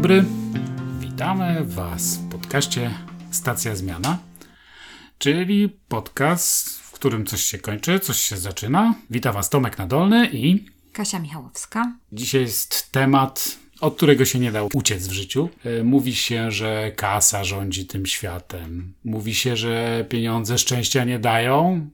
dobry, witamy Was w podcaście Stacja Zmiana, czyli podcast, w którym coś się kończy, coś się zaczyna. Witam Was Tomek Nadolny i Kasia Michałowska. Dzisiaj jest temat, od którego się nie da uciec w życiu. Mówi się, że kasa rządzi tym światem. Mówi się, że pieniądze szczęścia nie dają,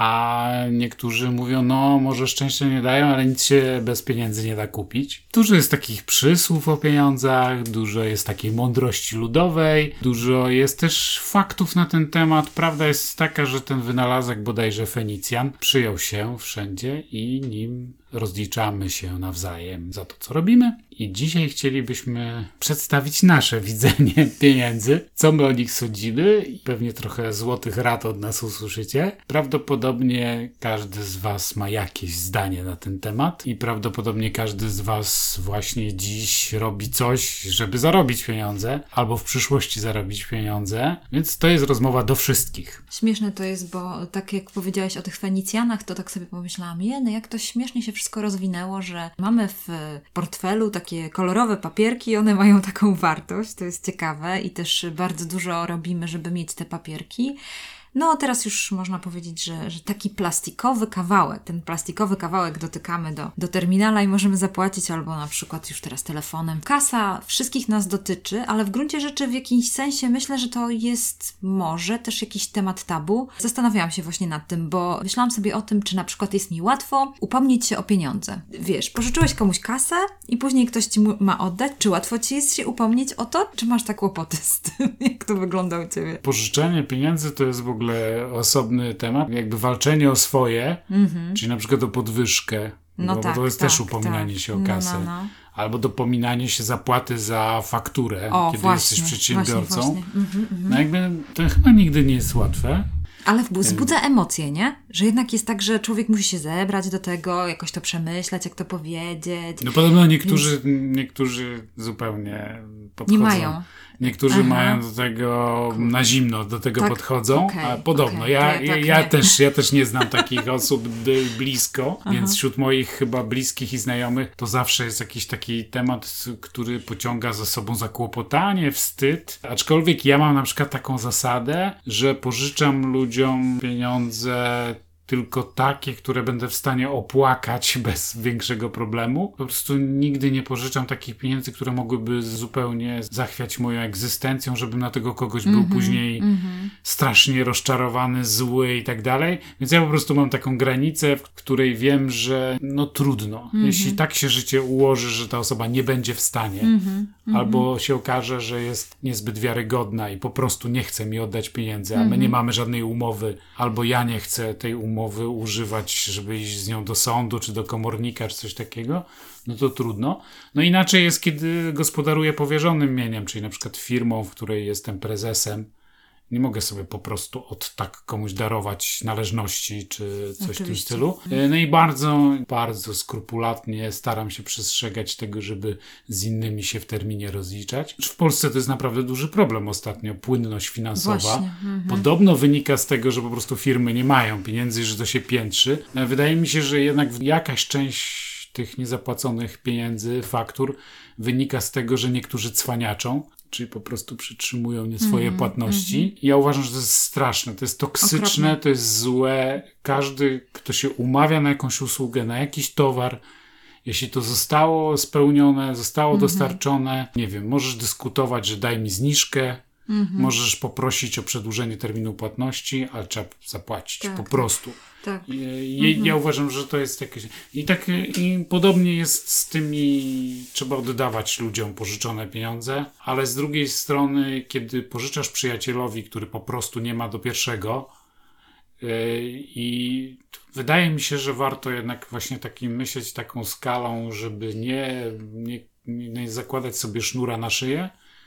a niektórzy mówią, no może szczęścia nie dają, ale nic się bez pieniędzy nie da kupić. Dużo jest takich przysłów o pieniądzach, dużo jest takiej mądrości ludowej, dużo jest też faktów na ten temat. Prawda jest taka, że ten wynalazek bodajże Fenicjan przyjął się wszędzie i nim rozliczamy się nawzajem za to, co robimy. I dzisiaj chcielibyśmy przedstawić nasze widzenie pieniędzy, co my o nich sądzimy i pewnie trochę złotych rad od nas usłyszycie. Prawdopodobnie każdy z Was ma jakieś zdanie na ten temat i prawdopodobnie każdy z Was właśnie dziś robi coś, żeby zarobić pieniądze albo w przyszłości zarobić pieniądze, więc to jest rozmowa do wszystkich. Śmieszne to jest, bo tak jak powiedziałeś o tych Fenicjanach, to tak sobie pomyślałam, jak to śmiesznie się wszystko rozwinęło, że mamy w portfelu takie kolorowe papierki, one mają taką wartość, to jest ciekawe i też bardzo dużo robimy, żeby mieć te papierki. No teraz już można powiedzieć, że taki plastikowy kawałek, ten plastikowy kawałek dotykamy do terminala i możemy zapłacić albo na przykład już teraz telefonem. Kasa wszystkich nas dotyczy, ale w gruncie rzeczy w jakimś sensie myślę, że to jest może też jakiś temat tabu. Zastanawiałam się właśnie nad tym, bo myślałam sobie o tym, czy na przykład jest mi łatwo upomnieć się o pieniądze. Wiesz, pożyczyłeś komuś kasę i później ktoś ci ma oddać. Czy łatwo ci jest się upomnieć o to, czy masz tak kłopoty z tym? Jak to wygląda u ciebie? Pożyczenie pieniędzy to jest w ogóle osobny temat, jakby walczenie o swoje, czyli na przykład o podwyżkę, bo to jest też upominanie się o kasę. Albo dopominanie się zapłaty za fakturę, kiedy jesteś przedsiębiorcą. Właśnie. No jakby to chyba nigdy nie jest łatwe. Ale wzbudza emocje, nie? Że jednak jest tak, że człowiek musi się zebrać do tego, jakoś to przemyśleć, jak to powiedzieć. No podobno niektórzy zupełnie podchodzą. Nie mają. Niektórzy mają do tego na zimno, do tego podchodzą, a podobno. Ja też nie znam takich osób blisko, więc wśród moich chyba bliskich i znajomych to zawsze jest jakiś taki temat, który pociąga za sobą zakłopotanie, wstyd. Aczkolwiek ja mam na przykład taką zasadę, że pożyczam ludziom pieniądze tylko takie, które będę w stanie opłakać bez większego problemu. Po prostu nigdy nie pożyczam takich pieniędzy, które mogłyby zupełnie zachwiać moją egzystencją, żebym na tego kogoś był później strasznie rozczarowany, zły i tak dalej. Więc ja po prostu mam taką granicę, w której wiem, że no trudno. Jeśli tak się życie ułoży, że ta osoba nie będzie w stanie, albo się okaże, że jest niezbyt wiarygodna i po prostu nie chce mi oddać pieniędzy, a my nie mamy żadnej umowy, albo ja nie chcę tej umowy używać, żeby iść z nią do sądu, czy do komornika, czy coś takiego, no to trudno. No inaczej jest, kiedy gospodaruję powierzonym mieniem, czyli na przykład firmą, w której jestem prezesem. Nie mogę sobie po prostu tak komuś darować należności, czy coś w tym stylu. No i bardzo, bardzo skrupulatnie staram się przestrzegać tego, żeby z innymi się w terminie rozliczać. W Polsce to jest naprawdę duży problem ostatnio, płynność finansowa. Właśnie. Podobno wynika z tego, że po prostu firmy nie mają pieniędzy i że to się piętrzy. Wydaje mi się, że jednak jakaś część tych niezapłaconych pieniędzy, faktur wynika z tego, że niektórzy cwaniaczą, czyli po prostu przytrzymują nie swoje płatności. Ja uważam, że to jest straszne, to jest toksyczne, okropne. To jest złe. Każdy, kto się umawia na jakąś usługę, na jakiś towar, jeśli to zostało spełnione, zostało dostarczone, nie wiem, możesz dyskutować, że daj mi zniżkę, możesz poprosić o przedłużenie terminu płatności, ale trzeba zapłacić po prostu. Tak. Ja uważam, że to jest jakieś... I podobnie jest z tymi... Trzeba oddawać ludziom pożyczone pieniądze, ale z drugiej strony, kiedy pożyczasz przyjacielowi, który po prostu nie ma do pierwszego i wydaje mi się, że warto jednak właśnie myśleć taką skalą, żeby nie zakładać sobie sznura na szyję,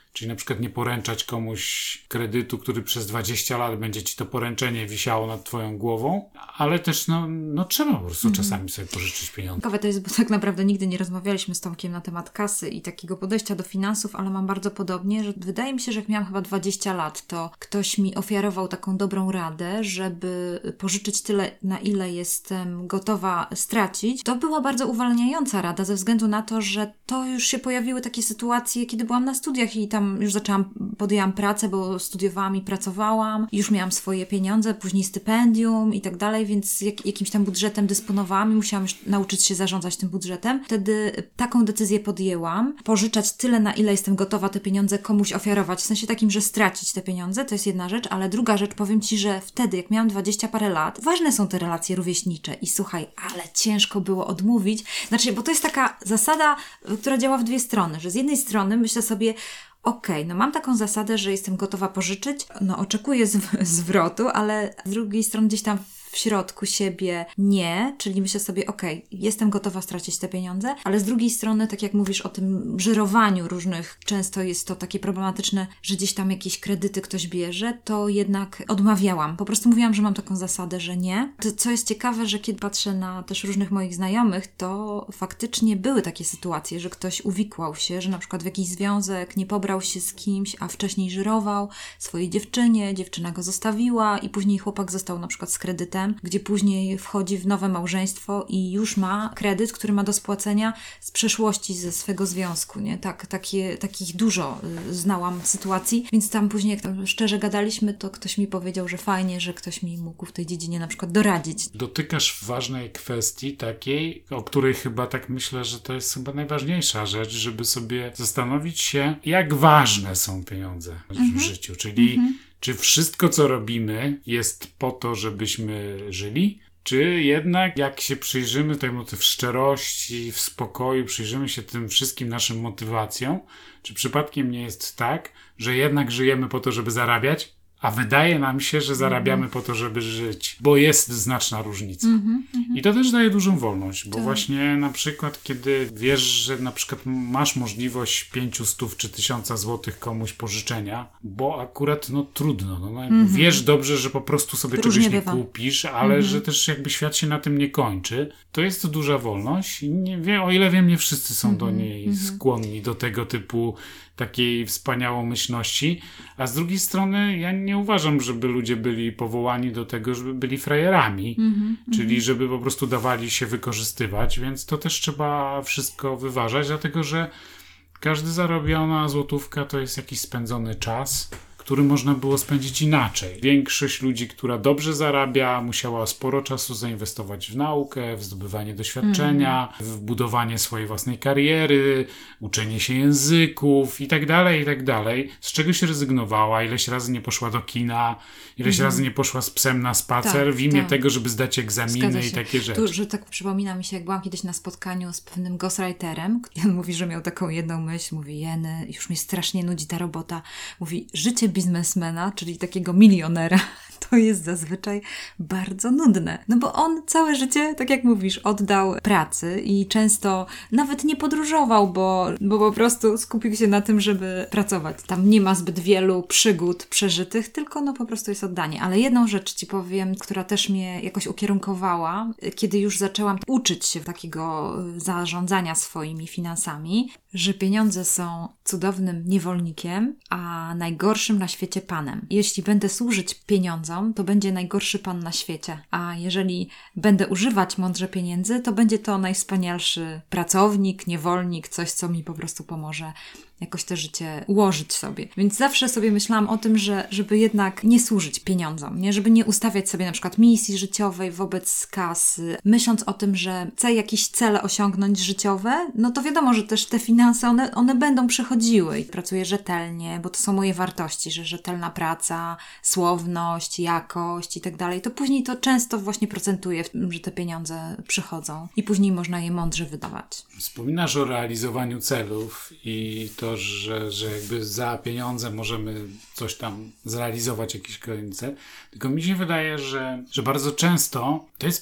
Czyli na przykład nie poręczać komuś kredytu, który przez 20 lat będzie ci to poręczenie wisiało nad twoją głową, ale też no trzeba po prostu czasami sobie pożyczyć pieniądze. Ciekawe to jest, bo tak naprawdę nigdy nie rozmawialiśmy z Tomkiem na temat kasy i takiego podejścia do finansów, ale mam bardzo podobnie, że wydaje mi się, że jak miałam chyba 20 lat, to ktoś mi ofiarował taką dobrą radę, żeby pożyczyć tyle, na ile jestem gotowa stracić. To była bardzo uwalniająca rada ze względu na to, że to już się pojawiły takie sytuacje, kiedy byłam na studiach i tam już podjęłam pracę, bo studiowałam i pracowałam, już miałam swoje pieniądze, później stypendium i tak dalej, więc jakimś tam budżetem dysponowałam i musiałam już nauczyć się zarządzać tym budżetem. Wtedy taką decyzję podjęłam, pożyczać tyle, na ile jestem gotowa te pieniądze komuś ofiarować, w sensie takim, że stracić te pieniądze, to jest jedna rzecz, ale druga rzecz, powiem Ci, że wtedy, jak miałam 20 parę lat, ważne są te relacje rówieśnicze i słuchaj, ale ciężko było odmówić, znaczy, bo to jest taka zasada, która działa w dwie strony, że z jednej strony myślę sobie, okej, no mam taką zasadę, że jestem gotowa pożyczyć, no oczekuję zwrotu, ale z drugiej strony gdzieś tam w środku siebie nie, czyli myślę sobie, jestem gotowa stracić te pieniądze, ale z drugiej strony, tak jak mówisz o tym żyrowaniu różnych, często jest to takie problematyczne, że gdzieś tam jakieś kredyty ktoś bierze, to jednak odmawiałam. Po prostu mówiłam, że mam taką zasadę, że nie. To, co jest ciekawe, że kiedy patrzę na też różnych moich znajomych, to faktycznie były takie sytuacje, że ktoś uwikłał się, że na przykład w jakiś związek nie pobrał się z kimś, a wcześniej żyrował swojej dziewczynie, dziewczyna go zostawiła i później chłopak został na przykład z kredytem, gdzie później wchodzi w nowe małżeństwo i już ma kredyt, który ma do spłacenia z przeszłości, ze swego związku, nie? Takich dużo znałam sytuacji, więc tam później, jak tam szczerze gadaliśmy, to ktoś mi powiedział, że fajnie, że ktoś mi mógł w tej dziedzinie na przykład doradzić. Dotykasz ważnej kwestii takiej, o której chyba tak myślę, że to jest chyba najważniejsza rzecz, żeby sobie zastanowić się, jak ważne są pieniądze w życiu, czyli czy wszystko, co robimy, jest po to, żebyśmy żyli? Czy jednak, jak się przyjrzymy temu w szczerości, w spokoju, przyjrzymy się tym wszystkim naszym motywacjom, czy przypadkiem nie jest tak, że jednak żyjemy po to, żeby zarabiać, a wydaje nam się, że zarabiamy po to, żeby żyć, bo jest znaczna różnica. I to też daje dużą wolność, bo właśnie na przykład, kiedy wiesz, że na przykład masz możliwość 500 czy 1000 złotych komuś pożyczenia, bo akurat trudno, wiesz dobrze, że po prostu sobie czegoś nie kupisz, ale że też jakby świat się na tym nie kończy, to jest to duża wolność i o ile wiem, nie wszyscy są do niej skłonni, do tego typu takiej wspaniałomyślności, a z drugiej strony ja nie uważam, żeby ludzie byli powołani do tego, żeby byli frajerami, czyli żeby po prostu dawali się wykorzystywać, więc to też trzeba wszystko wyważać, dlatego że każdy zarobiona złotówka to jest jakiś spędzony czas, który można było spędzić inaczej. Większość ludzi, która dobrze zarabia, musiała sporo czasu zainwestować w naukę, w zdobywanie doświadczenia, w budowanie swojej własnej kariery, uczenie się języków i tak dalej, z czego się rezygnowała, ileś razy nie poszła do kina, ileś razy nie poszła z psem na spacer w imię tego, żeby zdać egzaminy i takie rzeczy. Tu, że tak przypomina mi się, jak byłam kiedyś na spotkaniu z pewnym ghostwriterem, on mówi, że miał taką jedną myśl, mówi, Jeny, już mnie strasznie nudzi ta robota, mówi, życie biznesmena, czyli takiego milionera, to jest zazwyczaj bardzo nudne. No bo on całe życie, tak jak mówisz, oddał pracy i często nawet nie podróżował, bo po prostu skupił się na tym, żeby pracować. Tam nie ma zbyt wielu przygód przeżytych, tylko po prostu jest oddanie. Ale jedną rzecz Ci powiem, która też mnie jakoś ukierunkowała, kiedy już zaczęłam uczyć się takiego zarządzania swoimi finansami, że pieniądze są cudownym niewolnikiem, a najgorszym na świecie panem. Jeśli będę służyć pieniądzom, to będzie najgorszy pan na świecie. A jeżeli będę używać mądrze pieniędzy, to będzie to najwspanialszy pracownik, niewolnik, coś, co mi po prostu pomoże jakoś to życie ułożyć sobie. Więc zawsze sobie myślałam o tym, żeby jednak nie służyć pieniądzom, nie? Żeby nie ustawiać sobie na przykład misji życiowej wobec kasy, myśląc o tym, że chcę jakieś cele osiągnąć życiowe, no to wiadomo, że też te finanse, one będą przychodziły i pracuję rzetelnie, bo to są moje wartości, że rzetelna praca, słowność, jakość i tak dalej, to później to często właśnie procentuje, że te pieniądze przychodzą i później można je mądrze wydawać. Wspominasz o realizowaniu celów i to, że jakby za pieniądze możemy coś tam zrealizować, jakieś kolejny cel. Tylko mi się wydaje, że bardzo często to jest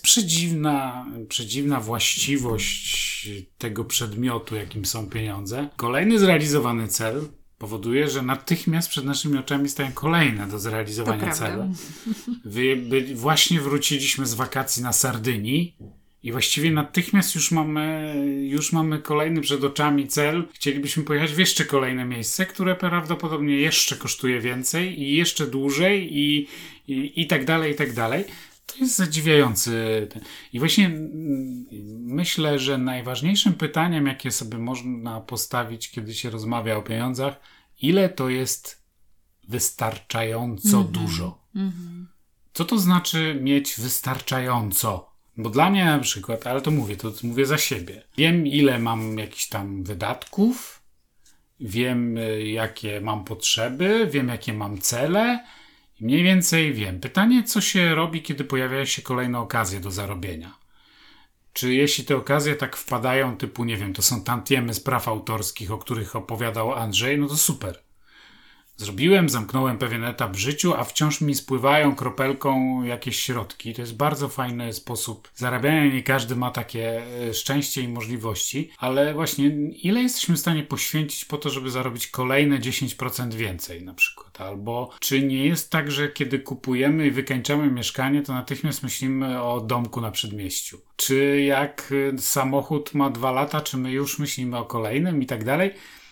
przedziwna właściwość tego przedmiotu, jakim są pieniądze. Kolejny zrealizowany cel powoduje, że natychmiast przed naszymi oczami stają kolejne do zrealizowania cele. Właśnie wróciliśmy z wakacji na Sardynii i właściwie natychmiast już mamy kolejny przed oczami cel. Chcielibyśmy pojechać w jeszcze kolejne miejsce, które prawdopodobnie jeszcze kosztuje więcej i jeszcze dłużej i tak dalej, i tak dalej. To jest zadziwiający. I właśnie myślę, że najważniejszym pytaniem, jakie sobie można postawić, kiedy się rozmawia o pieniądzach, ile to jest wystarczająco dużo. Co to znaczy mieć wystarczająco? Bo dla mnie na przykład, ale to mówię za siebie. Wiem, ile mam jakichś tam wydatków, wiem, jakie mam potrzeby, wiem, jakie mam cele, i mniej więcej wiem. Pytanie, co się robi, kiedy pojawiają się kolejne okazje do zarobienia? Czy jeśli te okazje tak wpadają, typu, nie wiem, to są tantiemy z praw autorskich, o których opowiadał Andrzej, no to super. Zamknąłem pewien etap w życiu, a wciąż mi spływają kropelką jakieś środki. To jest bardzo fajny sposób zarabiania. Nie każdy ma takie szczęście i możliwości, ale właśnie ile jesteśmy w stanie poświęcić po to, żeby zarobić kolejne 10% więcej na przykład? Albo czy nie jest tak, że kiedy kupujemy i wykańczamy mieszkanie, to natychmiast myślimy o domku na przedmieściu? Czy jak samochód ma 2 lata, czy my już myślimy o kolejnym i tak dalej?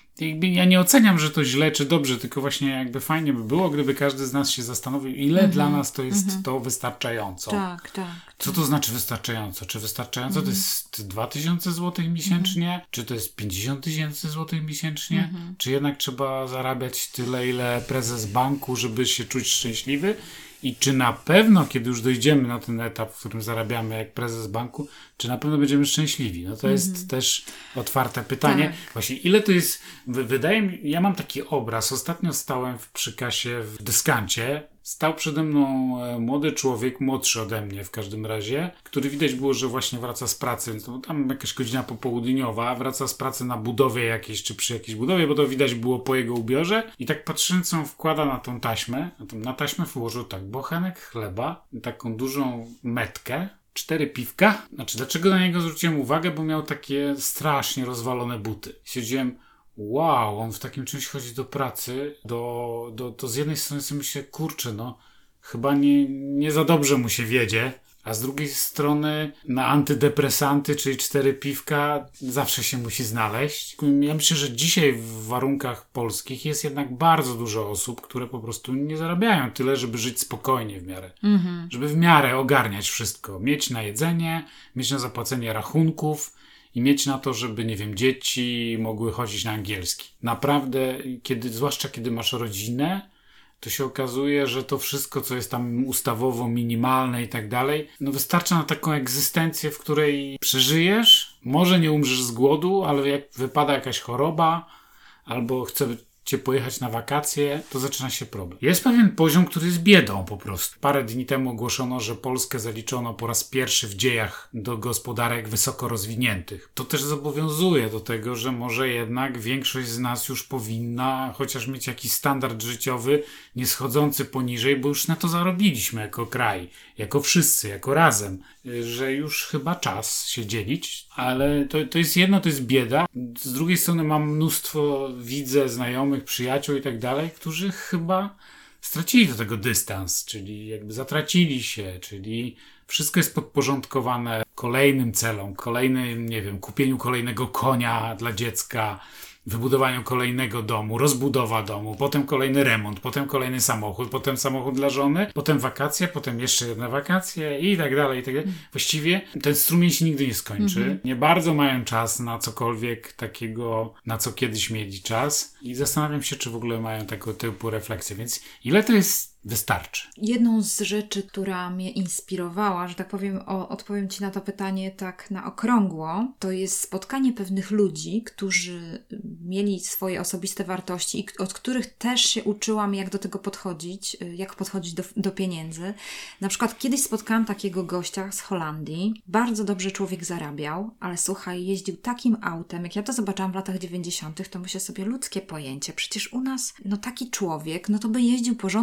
Ja nie oceniam, że to źle czy dobrze, tylko właśnie jakby fajnie by było, gdyby każdy z nas się zastanowił, ile dla nas to jest to wystarczająco. Tak. Co to znaczy wystarczająco? Czy wystarczająco to jest 2000 zł miesięcznie? Czy to jest 50 000 złotych miesięcznie? Czy jednak trzeba zarabiać tyle, ile prezes banku, żeby się czuć szczęśliwy? I czy na pewno, kiedy już dojdziemy na ten etap, w którym zarabiamy jak prezes banku, czy na pewno będziemy szczęśliwi? No to jest też otwarte pytanie. Tak. Właśnie ile to jest, wydaje mi, ja mam taki obraz. Ostatnio stałem przy kasie w dyskancie. Stał przede mną młody człowiek, młodszy ode mnie w każdym razie, który widać było, że właśnie wraca z pracy. No, tam jakaś godzina popołudniowa, wraca z pracy na budowie jakiejś, czy przy jakiejś budowie, bo to widać było po jego ubiorze. I tak patrząc, co on wkłada na tą taśmę, na taśmę włożył tak bochenek chleba, taką dużą metkę, 4 piwka. Znaczy, dlaczego na niego zwróciłem uwagę? Bo miał takie strasznie rozwalone buty. I stwierdziłem, wow, on w takim czymś chodzi do pracy, to z jednej strony sobie myślę, kurczę, no chyba nie za dobrze mu się wiedzie, a z drugiej strony na antydepresanty, czyli 4 piwka zawsze się musi znaleźć. Ja myślę, że dzisiaj w warunkach polskich jest jednak bardzo dużo osób, które po prostu nie zarabiają tyle, żeby żyć spokojnie w miarę. Żeby w miarę ogarniać wszystko. Mieć na jedzenie, mieć na zapłacenie rachunków, i mieć na to, żeby, nie wiem, dzieci mogły chodzić na angielski. Naprawdę, zwłaszcza kiedy masz rodzinę, to się okazuje, że to wszystko, co jest tam ustawowo minimalne i tak dalej, no wystarcza na taką egzystencję, w której przeżyjesz, może nie umrzesz z głodu, ale jak wypada jakaś choroba, albo chce cię pojechać na wakacje, to zaczyna się problem. Jest pewien poziom, który jest biedą po prostu. Parę dni temu ogłoszono, że Polskę zaliczono po raz pierwszy w dziejach do gospodarek wysoko rozwiniętych. To też zobowiązuje do tego, że może jednak większość z nas już powinna chociaż mieć jakiś standard życiowy nie schodzący poniżej, bo już na to zarobiliśmy jako kraj, jako wszyscy, jako razem, że już chyba czas się dzielić, ale to jest jedno, to jest bieda. Z drugiej strony mam mnóstwo, widzę znajomych, przyjaciół i tak dalej, którzy chyba stracili do tego dystans, czyli jakby zatracili się, czyli wszystko jest podporządkowane kolejnym celom, kolejnym, nie wiem, kupieniu kolejnego konia dla dziecka, wybudowaniu kolejnego domu, rozbudowa domu, potem kolejny remont, potem kolejny samochód, potem samochód dla żony, potem wakacje, potem jeszcze jedne wakacje i tak dalej, i tak dalej. Właściwie ten strumień się nigdy nie skończy. Nie bardzo mają czas na cokolwiek takiego, na co kiedyś mieli czas i zastanawiam się, czy w ogóle mają tego typu refleksję. Więc ile to jest wystarczy? Jedną z rzeczy, która mnie inspirowała, że tak powiem, odpowiem Ci na to pytanie tak na okrągło, to jest spotkanie pewnych ludzi, którzy mieli swoje osobiste wartości i od których też się uczyłam, jak do tego podchodzić, jak podchodzić do pieniędzy. Na przykład kiedyś spotkałam takiego gościa z Holandii. Bardzo dobrze człowiek zarabiał, ale słuchaj, jeździł takim autem, jak ja to zobaczyłam w latach 90., to myślę sobie, ludzkie pojęcie. Przecież u nas, no taki człowiek, no to by jeździł porządną furą,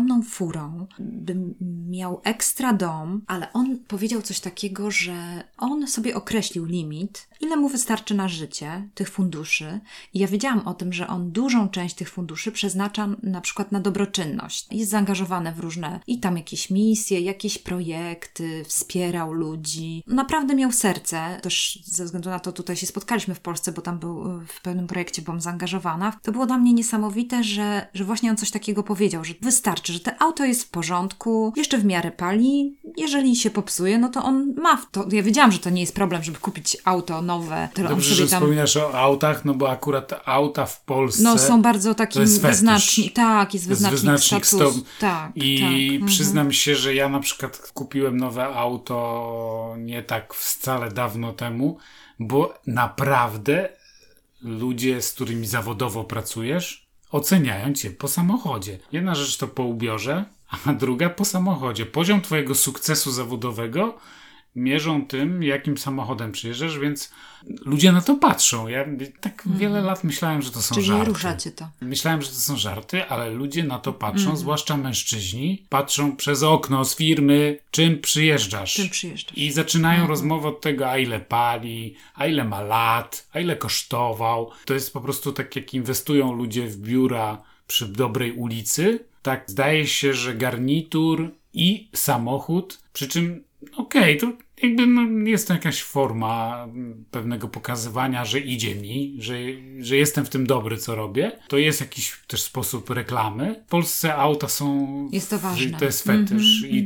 górą, by miał ekstra dom, ale on powiedział coś takiego, że on sobie określił limit, ile mu wystarczy na życie tych funduszy. I ja wiedziałam o tym, że on dużą część tych funduszy przeznacza na przykład na dobroczynność. Jest zaangażowany w różne i tam jakieś misje, jakieś projekty, wspierał ludzi. Naprawdę miał serce. Też ze względu na to tutaj się spotkaliśmy w Polsce, bo tam był w pewnym projekcie, byłam zaangażowana. To było dla mnie niesamowite, że właśnie on coś takiego powiedział, że wystarczy, że to auto jest w porządku, jeszcze w miarę pali, jeżeli się popsuje, no to on ma to. Ja wiedziałam, że to nie jest problem, żeby kupić auto nowe. Dobrze, że wspominasz o autach, no bo akurat auta w Polsce no są bardzo takim wyznacznik. Tak, jest wyznacznik statusu. Tak, przyznam się, że ja na przykład kupiłem nowe auto nie tak wcale dawno temu, bo naprawdę ludzie, z którymi zawodowo pracujesz, oceniają cię po samochodzie. Jedna rzecz to po ubiorze, a druga po samochodzie. Poziom twojego sukcesu zawodowego mierzą tym, jakim samochodem przyjeżdżasz, więc ludzie na to patrzą. Ja tak wiele lat myślałem, że to są żarty. Czyli nie ruszacie to. Myślałem, że to są żarty, ale ludzie na to patrzą, zwłaszcza mężczyźni, patrzą przez okno z firmy, czym przyjeżdżasz. I zaczynają rozmowę od tego, a ile pali, a ile ma lat, a ile kosztował. To jest po prostu tak, jak inwestują ludzie w biura przy dobrej ulicy. Tak, zdaje się, że garnitur i samochód, przy czym okej, to jakby jest to jakaś forma pewnego pokazywania, że idzie mi, że jestem w tym dobry, co robię. To jest jakiś też sposób reklamy. W Polsce auta są... Jest to ważne. To jest fetysz. I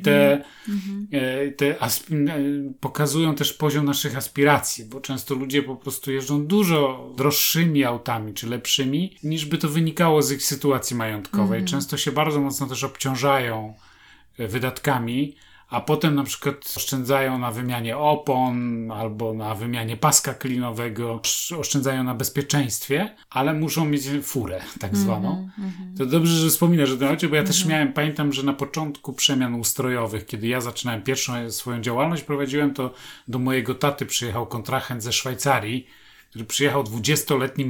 pokazują też poziom naszych aspiracji, bo często ludzie po prostu jeżdżą dużo droższymi autami, czy lepszymi, niż by to wynikało z ich sytuacji majątkowej. Często się bardzo mocno też obciążają wydatkami, a potem na przykład oszczędzają na wymianie opon albo na wymianie paska klinowego, oszczędzają na bezpieczeństwie, ale muszą mieć furę tak zwaną. To dobrze, że wspominasz o tym, bo ja też pamiętam, że na początku przemian ustrojowych, kiedy ja zaczynałem pierwszą swoją działalność, prowadziłem to do mojego taty, przyjechał kontrahent ze Szwajcarii, który przyjechał 20-letnim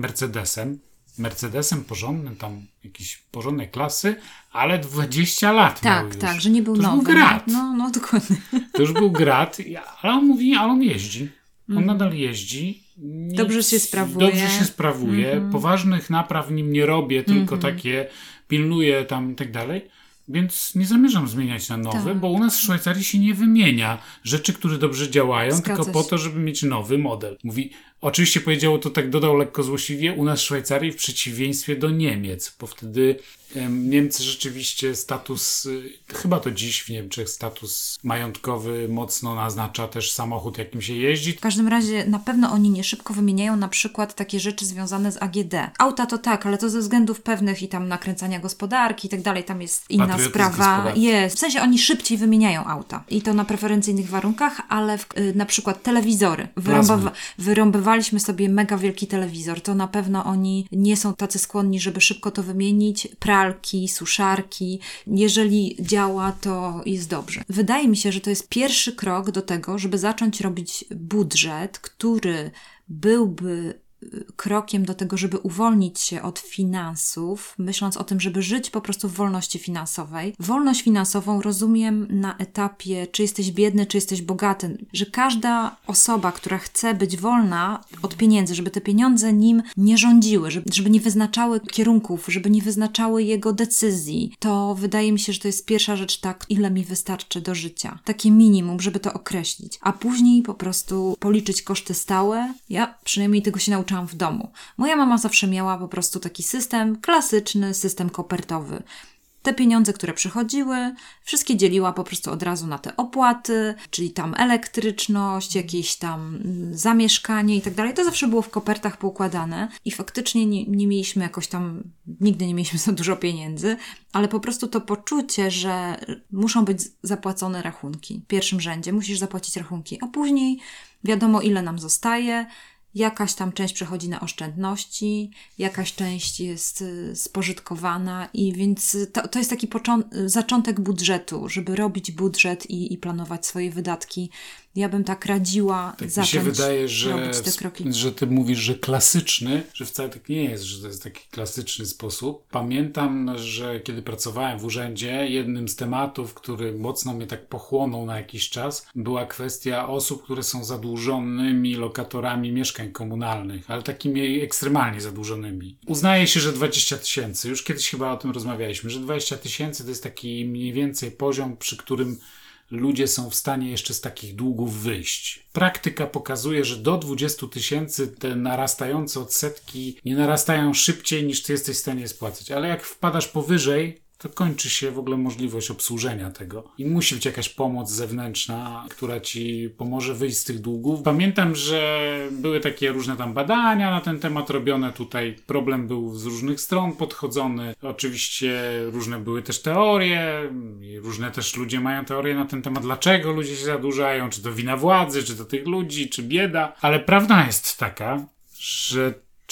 Mercedesem porządnym, tam jakiejś porządnej klasy, ale 20 lat miał już. Tak, że nie był to nowy. Już był grat. No, dokładnie. To już był grat, ale on mówi, ale on jeździ. On nadal jeździ. Dobrze się sprawuje. Poważnych napraw nim nie robię, tylko takie pilnuję tam i tak dalej. Więc nie zamierzam zmieniać na nowy, bo u nas w Szwajcarii się nie wymienia rzeczy, które dobrze działają, tylko po to, żeby mieć nowy model. Mówi, oczywiście powiedziało to tak, dodał lekko złośliwie, u nas w Szwajcarii w przeciwieństwie do Niemiec, bo wtedy Niemcy rzeczywiście status, chyba to dziś w Niemczech status majątkowy mocno naznacza też samochód, jakim się jeździ. W każdym razie na pewno oni nie szybko wymieniają na przykład takie rzeczy związane z AGD. Auta to tak, ale to ze względów pewnych i tam nakręcania gospodarki i tak dalej, tam jest inna sprawa. Jest. W sensie oni szybciej wymieniają auta i to na preferencyjnych warunkach, ale na przykład telewizory. Wyrąbywaliśmy sobie mega wielki telewizor, to na pewno oni nie są tacy skłonni, żeby szybko to wymienić. Pralki, suszarki. Jeżeli działa, to jest dobrze. Wydaje mi się, że to jest pierwszy krok do tego, żeby zacząć robić budżet, który byłby krokiem do tego, żeby uwolnić się od finansów, myśląc o tym, żeby żyć po prostu w wolności finansowej. Wolność finansową rozumiem na etapie, czy jesteś biedny, czy jesteś bogaty, że każda osoba, która chce być wolna od pieniędzy, żeby te pieniądze nim nie rządziły, żeby nie wyznaczały kierunków, żeby nie wyznaczały jego decyzji, to wydaje mi się, że to jest pierwsza rzecz, tak, ile mi wystarczy do życia. Takie minimum, żeby to określić. A później po prostu policzyć koszty stałe. Ja przynajmniej tego się nauczyłam w domu. Moja mama zawsze miała po prostu taki system, klasyczny system kopertowy. Te pieniądze, które przychodziły, wszystkie dzieliła po prostu od razu na te opłaty, czyli tam elektryczność, jakieś tam zamieszkanie i tak dalej. To zawsze było w kopertach poukładane i faktycznie nie mieliśmy jakoś tam, nigdy nie mieliśmy za dużo pieniędzy, ale po prostu to poczucie, że muszą być zapłacone rachunki. W pierwszym rzędzie musisz zapłacić rachunki, a później wiadomo, ile nam zostaje. Jakaś tam część przechodzi na oszczędności, jakaś część jest spożytkowana i więc to jest taki zaczątek budżetu, żeby robić budżet i planować swoje wydatki ja bym tak radziła tak zacząć mi się wydaje, robić te kroki. Że ty mówisz, że klasyczny, że wcale tak nie jest, że to jest taki klasyczny sposób. Pamiętam, że kiedy pracowałem w urzędzie, jednym z tematów, który mocno mnie tak pochłonął na jakiś czas, była kwestia osób, które są zadłużonymi lokatorami mieszkań komunalnych, ale takimi ekstremalnie zadłużonymi. Uznaje się, że 20 000, już kiedyś chyba o tym rozmawialiśmy, że 20 000 to jest taki mniej więcej poziom, przy którym ludzie są w stanie jeszcze z takich długów wyjść. Praktyka pokazuje, że do 20 000 te narastające odsetki nie narastają szybciej niż ty jesteś w stanie spłacać. Ale jak wpadasz powyżej, to kończy się w ogóle możliwość obsłużenia tego. I musi być jakaś pomoc zewnętrzna, która ci pomoże wyjść z tych długów. Pamiętam, że były takie różne tam badania na ten temat robione. Tutaj problem był z różnych stron podchodzony. Oczywiście różne były też teorie i różne też ludzie mają teorie na ten temat, dlaczego ludzie się zadłużają, czy to wina władzy, czy to tych ludzi, czy bieda. Ale prawda jest taka, że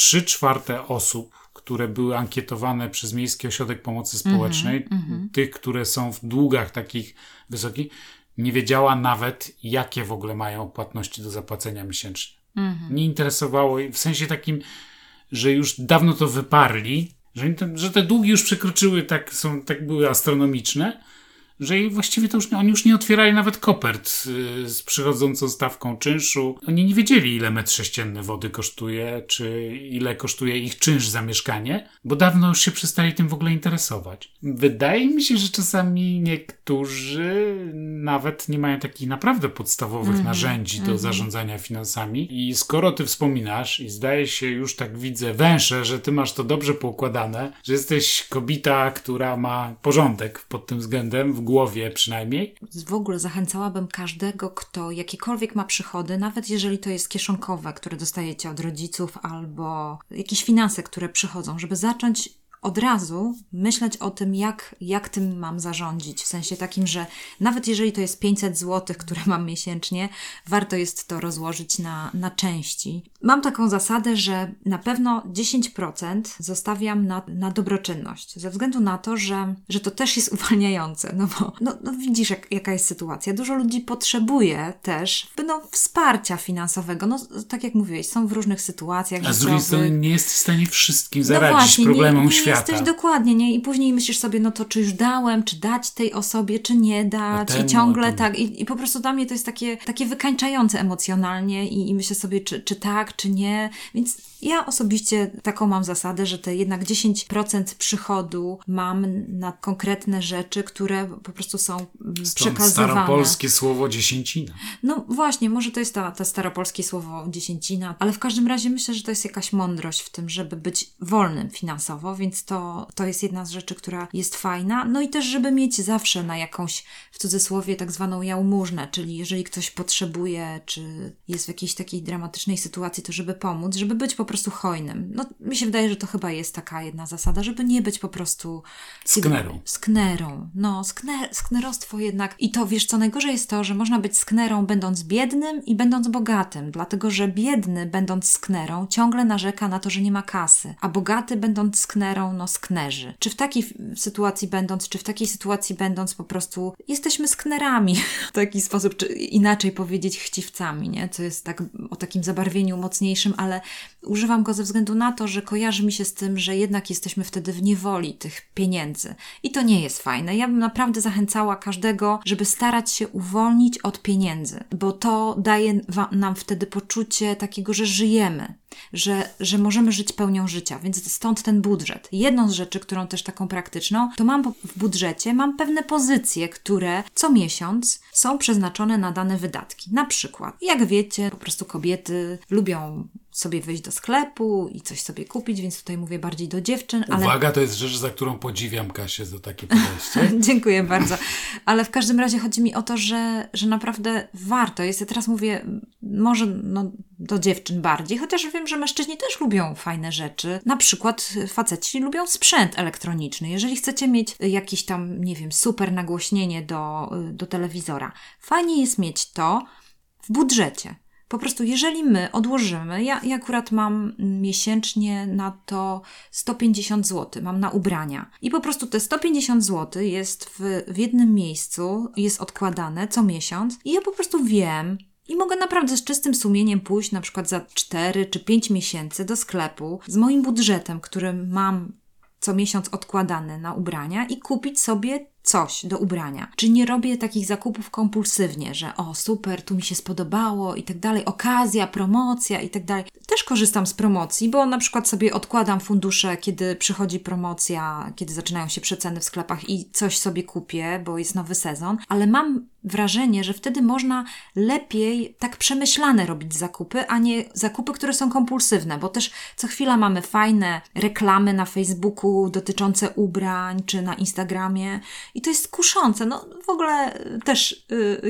3/4 osób, które były ankietowane przez Miejski Ośrodek Pomocy Społecznej, tych, które są w długach takich wysokich, nie wiedziała nawet, jakie w ogóle mają płatności do zapłacenia miesięcznie. Nie interesowało, w sensie takim, że już dawno to wyparli, że te długi już przekroczyły, tak były astronomiczne, że właściwie to oni już nie otwierali nawet kopert z przychodzącą stawką czynszu. Oni nie wiedzieli, ile metr sześcienny wody kosztuje, czy ile kosztuje ich czynsz za mieszkanie, bo dawno już się przestali tym w ogóle interesować. Wydaje mi się, że czasami niektórzy nawet nie mają takich naprawdę podstawowych narzędzi do zarządzania finansami. I skoro ty wspominasz i zdaje się, już tak widzę, węszę, że ty masz to dobrze poukładane, że jesteś kobieta, która ma porządek pod tym względem, w głowie przynajmniej. W ogóle zachęcałabym każdego, kto jakiekolwiek ma przychody, nawet jeżeli to jest kieszonkowe, które dostajecie od rodziców, albo jakieś finanse, które przychodzą, żeby zacząć od razu myśleć o tym, jak tym mam zarządzić. W sensie takim, że nawet jeżeli to jest 500 zł, które mam miesięcznie, warto jest to rozłożyć na części. Mam taką zasadę, że na pewno 10% zostawiam na dobroczynność. Ze względu na to, że to też jest uwalniające. No bo widzisz, jaka jest sytuacja. Dużo ludzi potrzebuje też wsparcia finansowego. No tak jak mówiłeś, są w różnych sytuacjach życiowych. A z drugiej strony nie jesteś w stanie wszystkim zaradzić problemom świata. Jesteś dokładnie, nie? I później myślisz sobie, to czy już dałem, czy dać tej osobie, czy nie dać. I ciągle tak. I po prostu dla mnie to jest takie wykańczające emocjonalnie i myślę sobie, czy tak, czy nie. Więc ja osobiście taką mam zasadę, że te jednak 10% przychodu mam na konkretne rzeczy, które po prostu są przekazywane. Staropolskie słowo dziesięcina. No właśnie, może to jest to staropolskie słowo dziesięcina, ale w każdym razie myślę, że to jest jakaś mądrość w tym, żeby być wolnym finansowo, więc to jest jedna z rzeczy, która jest fajna. No i też, żeby mieć zawsze na jakąś, w cudzysłowie, tak zwaną jałmużnę, czyli jeżeli ktoś potrzebuje, czy jest w jakiejś takiej dramatycznej sytuacji, to żeby pomóc, żeby być po prostu hojnym. No, mi się wydaje, że to chyba jest taka jedna zasada, żeby nie być po prostu sknerą. No, sknerostwo jednak. I to, wiesz co, najgorzej jest to, że można być sknerą będąc biednym i będąc bogatym, dlatego, że biedny będąc sknerą ciągle narzeka na to, że nie ma kasy, a bogaty będąc sknerą, sknerzy. Czy w takiej sytuacji będąc po prostu jesteśmy sknerami w taki sposób, czy inaczej powiedzieć chciwcami, nie? Co jest tak o takim zabarwieniu mocniejszym, ale używam go ze względu na to, że kojarzy mi się z tym, że jednak jesteśmy wtedy w niewoli tych pieniędzy. I to nie jest fajne. Ja bym naprawdę zachęcała każdego, żeby starać się uwolnić od pieniędzy, bo to daje nam wtedy poczucie takiego, że żyjemy, że możemy żyć pełnią życia, więc stąd ten budżet. Jedną z rzeczy, którą też taką praktyczną, to w budżecie mam pewne pozycje, które co miesiąc są przeznaczone na dane wydatki. Na przykład, jak wiecie, po prostu kobiety lubią sobie wyjść do sklepu i coś sobie kupić, więc tutaj mówię bardziej do dziewczyn. Uwaga, to jest rzecz, za którą podziwiam Kasię za takie podejście. Dziękuję bardzo. Ale w każdym razie chodzi mi o to, że naprawdę warto jest. Ja teraz mówię może do dziewczyn bardziej, chociaż wiem, że mężczyźni też lubią fajne rzeczy. Na przykład faceci lubią sprzęt elektroniczny. Jeżeli chcecie mieć jakieś tam, nie wiem, super nagłośnienie do telewizora, fajnie jest mieć to w budżecie. Po prostu jeżeli my odłożymy, ja akurat mam miesięcznie na to 150 zł, mam na ubrania. I po prostu te 150 zł jest w jednym miejscu, jest odkładane co miesiąc i ja po prostu wiem, I mogę naprawdę z czystym sumieniem pójść na przykład za 4 czy 5 miesięcy do sklepu z moim budżetem, który mam co miesiąc odkładany na ubrania i kupić sobie coś do ubrania. Czy nie robię takich zakupów kompulsywnie, że o super, tu mi się spodobało i tak dalej, okazja, promocja i tak dalej. Też korzystam z promocji, bo na przykład sobie odkładam fundusze, kiedy przychodzi promocja, kiedy zaczynają się przeceny w sklepach i coś sobie kupię, bo jest nowy sezon, ale mam wrażenie, że wtedy można lepiej tak przemyślane robić zakupy, a nie zakupy, które są kompulsywne, bo też co chwila mamy fajne reklamy na Facebooku dotyczące ubrań, czy na Instagramie i to jest kuszące. No w ogóle też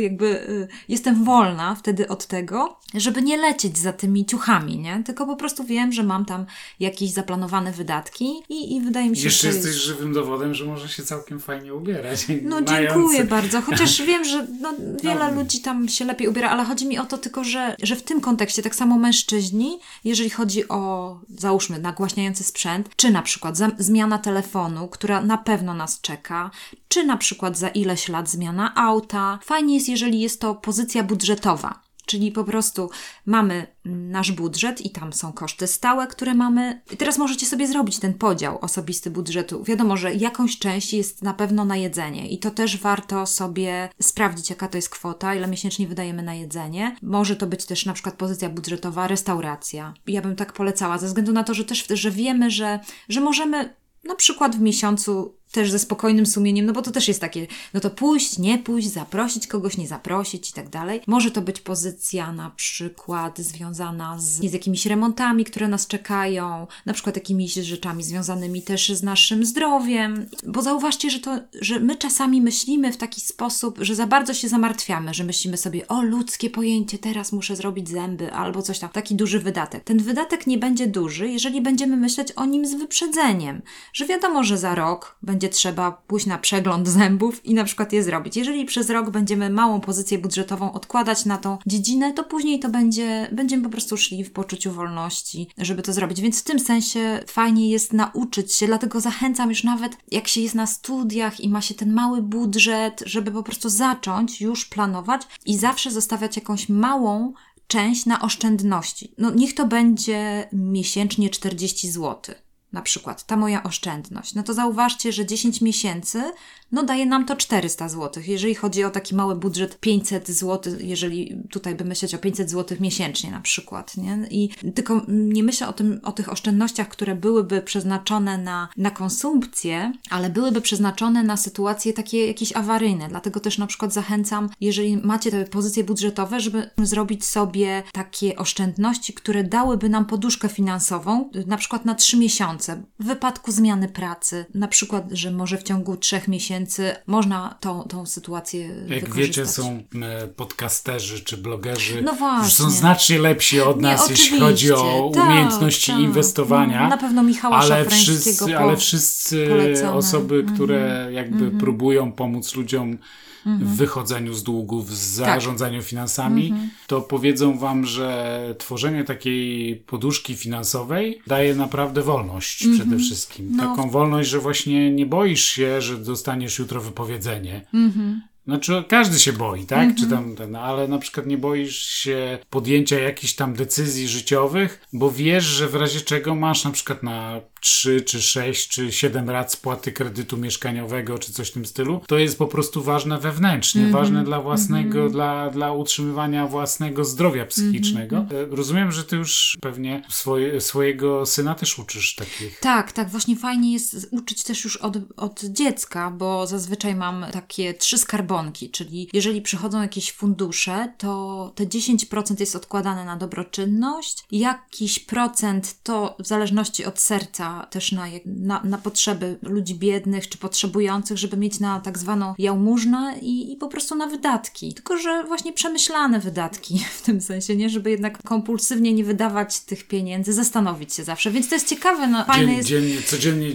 jestem wolna wtedy od tego, żeby nie lecieć za tymi ciuchami, nie? Tylko po prostu wiem, że mam tam jakieś zaplanowane wydatki i wydaje mi się, jeszcze że jesteś żywym dowodem, że może się całkiem fajnie ubierać. No dziękuję bardzo, chociaż wiem, że wiele ludzi tam się lepiej ubiera, ale chodzi mi o to tylko, że w tym kontekście tak samo mężczyźni, jeżeli chodzi o, załóżmy, nagłaśniający sprzęt, czy na przykład zmiana telefonu, która na pewno nas czeka, czy na przykład za ileś lat zmiana auta. Fajnie jest, jeżeli jest to pozycja budżetowa. Czyli po prostu mamy nasz budżet i tam są koszty stałe, które mamy. I teraz możecie sobie zrobić ten podział osobisty budżetu. Wiadomo, że jakąś część jest na pewno na jedzenie i to też warto sobie sprawdzić, jaka to jest kwota, ile miesięcznie wydajemy na jedzenie. Może to być też na przykład pozycja budżetowa, restauracja. Ja bym tak polecała, ze względu na to, że wiemy, że możemy na przykład w miesiącu też ze spokojnym sumieniem, no bo to też jest takie, no to pójść, nie pójść, zaprosić kogoś, nie zaprosić i tak dalej. Może to być pozycja na przykład związana z jakimiś remontami, które nas czekają, na przykład jakimiś rzeczami związanymi też z naszym zdrowiem, bo zauważcie, że my czasami myślimy w taki sposób, że za bardzo się zamartwiamy, że myślimy sobie, o ludzkie pojęcie, teraz muszę zrobić zęby albo coś tam, taki duży wydatek. Ten wydatek nie będzie duży, jeżeli będziemy myśleć o nim z wyprzedzeniem, że wiadomo, że za rok będzie trzeba pójść na przegląd zębów i na przykład je zrobić. Jeżeli przez rok będziemy małą pozycję budżetową odkładać na tą dziedzinę, to później to będziemy po prostu szli w poczuciu wolności, żeby to zrobić. Więc w tym sensie fajnie jest nauczyć się, dlatego zachęcam już nawet jak się jest na studiach i ma się ten mały budżet, żeby po prostu zacząć już planować i zawsze zostawiać jakąś małą część na oszczędności. No niech to będzie miesięcznie 40 zł. Na przykład ta moja oszczędność, no to zauważcie, że 10 miesięcy, no daje nam to 400 zł. Jeżeli chodzi o taki mały budżet 500 zł, jeżeli tutaj by myśleć o 500 zł miesięcznie na przykład, nie? I tylko nie myślę o tych oszczędnościach, które byłyby przeznaczone na konsumpcję, ale byłyby przeznaczone na sytuacje takie jakieś awaryjne. Dlatego też na przykład zachęcam, jeżeli macie te pozycje budżetowe, żeby zrobić sobie takie oszczędności, które dałyby nam poduszkę finansową, na przykład na 3 miesiące. W wypadku zmiany pracy, na przykład, że może w ciągu 3 miesięcy można tą sytuację wykorzystać. Jak wiecie, są podcasterzy czy blogerzy, no właśnie, są znacznie lepsi od nas, jeśli chodzi o umiejętności inwestowania. Na pewno Michała Szafrańskiego ale wszyscy osoby, które jakby próbują pomóc ludziom w wychodzeniu z długów, w zarządzaniu finansami, to powiedzą wam, że tworzenie takiej poduszki finansowej daje naprawdę wolność przede wszystkim. Taką wolność, że właśnie nie boisz się, że dostaniesz jutro wypowiedzenie. Znaczy każdy się boi, tak? Czy tam ale na przykład nie boisz się podjęcia jakichś tam decyzji życiowych, bo wiesz, że w razie czego masz na przykład na 3, czy 6, czy 7 lat spłaty kredytu mieszkaniowego, czy coś w tym stylu. To jest po prostu ważne wewnętrznie, ważne dla własnego, dla utrzymywania własnego zdrowia psychicznego. Rozumiem, że ty już pewnie swojego syna też uczysz takich. Tak, właśnie fajnie jest uczyć też już od dziecka, bo zazwyczaj mam takie 3 skarbonki, czyli jeżeli przychodzą jakieś fundusze, to te 10% jest odkładane na dobroczynność, jakiś procent to w zależności od serca też na potrzeby ludzi biednych czy potrzebujących, żeby mieć na tak zwaną jałmużnę i po prostu na wydatki. Tylko, że właśnie przemyślane wydatki w tym sensie, nie? Żeby jednak kompulsywnie nie wydawać tych pieniędzy, zastanowić się zawsze. Więc to jest ciekawe, fajne jest... Codziennie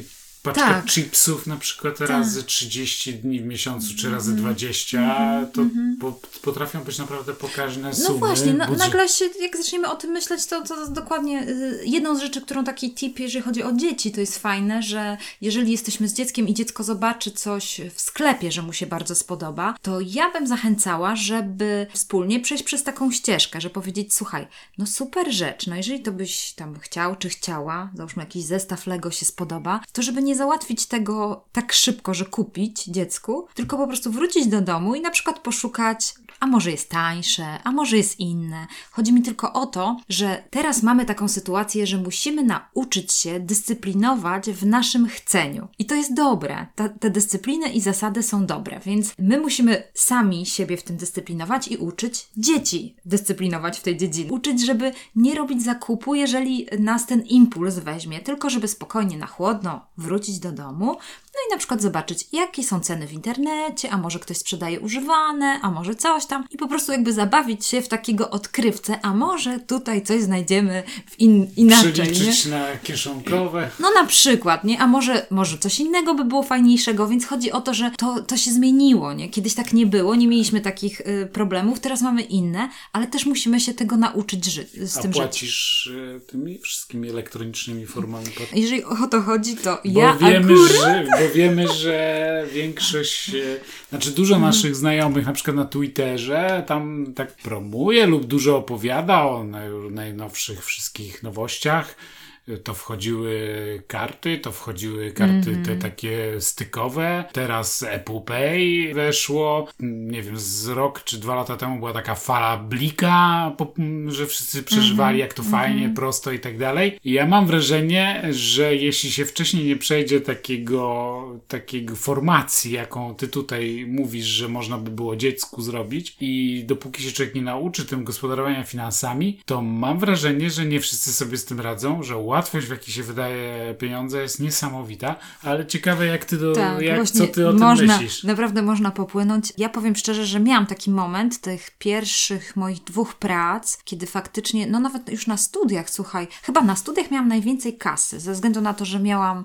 paczka chipsów na przykład razy 30 dni w miesiącu, czy razy 20, to potrafią być naprawdę pokaźne sumy. No właśnie, nagle się, jak zaczniemy o tym myśleć, to dokładnie jedną z rzeczy, którą taki tip, jeżeli chodzi o dzieci, to jest fajne, że jeżeli jesteśmy z dzieckiem i dziecko zobaczy coś w sklepie, że mu się bardzo spodoba, to ja bym zachęcała, żeby wspólnie przejść przez taką ścieżkę, że powiedzieć, słuchaj, no super rzecz, no jeżeli to byś tam chciał, czy chciała, załóżmy jakiś zestaw Lego się spodoba, to żeby nie załatwić tego tak szybko, że kupić dziecku, tylko po prostu wrócić do domu i na przykład poszukać, a może jest tańsze, a może jest inne. Chodzi mi tylko o to, że teraz mamy taką sytuację, że musimy nauczyć się dyscyplinować w naszym chceniu. I to jest dobre. Te dyscypliny i zasady są dobre, więc my musimy sami siebie w tym dyscyplinować i uczyć dzieci dyscyplinować w tej dziedzinie. Uczyć, żeby nie robić zakupu, jeżeli nas ten impuls weźmie, tylko żeby spokojnie na chłodno wrócić do domu, no i na przykład zobaczyć, jakie są ceny w internecie, a może ktoś sprzedaje używane, a może coś tam i po prostu jakby zabawić się w takiego odkrywcę, a może tutaj coś znajdziemy inaczej. Przeliczyć na kieszonkowe. No na przykład, nie? A może coś innego by było fajniejszego, więc chodzi o to, że to się zmieniło, nie? Kiedyś tak nie było, nie mieliśmy takich problemów, teraz mamy inne, ale też musimy się tego nauczyć z tym żyć. A płacisz tymi wszystkimi elektronicznymi formami płatności? Jeżeli o to chodzi, to Bo wiemy, że większość, dużo naszych znajomych, na przykład na Twitterze, tam tak promuje lub dużo opowiada o najnowszych wszystkich nowościach. To wchodziły karty te takie stykowe. Teraz Apple Pay weszło. Nie wiem, z rok czy 2 lata temu była taka fala blika, że wszyscy przeżywali, jak to fajnie, prosto i tak dalej. I ja mam wrażenie, że jeśli się wcześniej nie przejdzie takiego formacji, jaką ty tutaj mówisz, że można by było dziecku zrobić i dopóki się człowiek nie nauczy tym gospodarowania finansami, to mam wrażenie, że nie wszyscy sobie z tym radzą, że łatwość, w jakiej się wydaje pieniądze, jest niesamowita, ale ciekawe, jak ty co ty o tym myślisz. Naprawdę można popłynąć. Ja powiem szczerze, że miałam taki moment tych pierwszych moich 2 prac, kiedy faktycznie, no nawet już na studiach, słuchaj, chyba na studiach miałam najwięcej kasy, ze względu na to, że miałam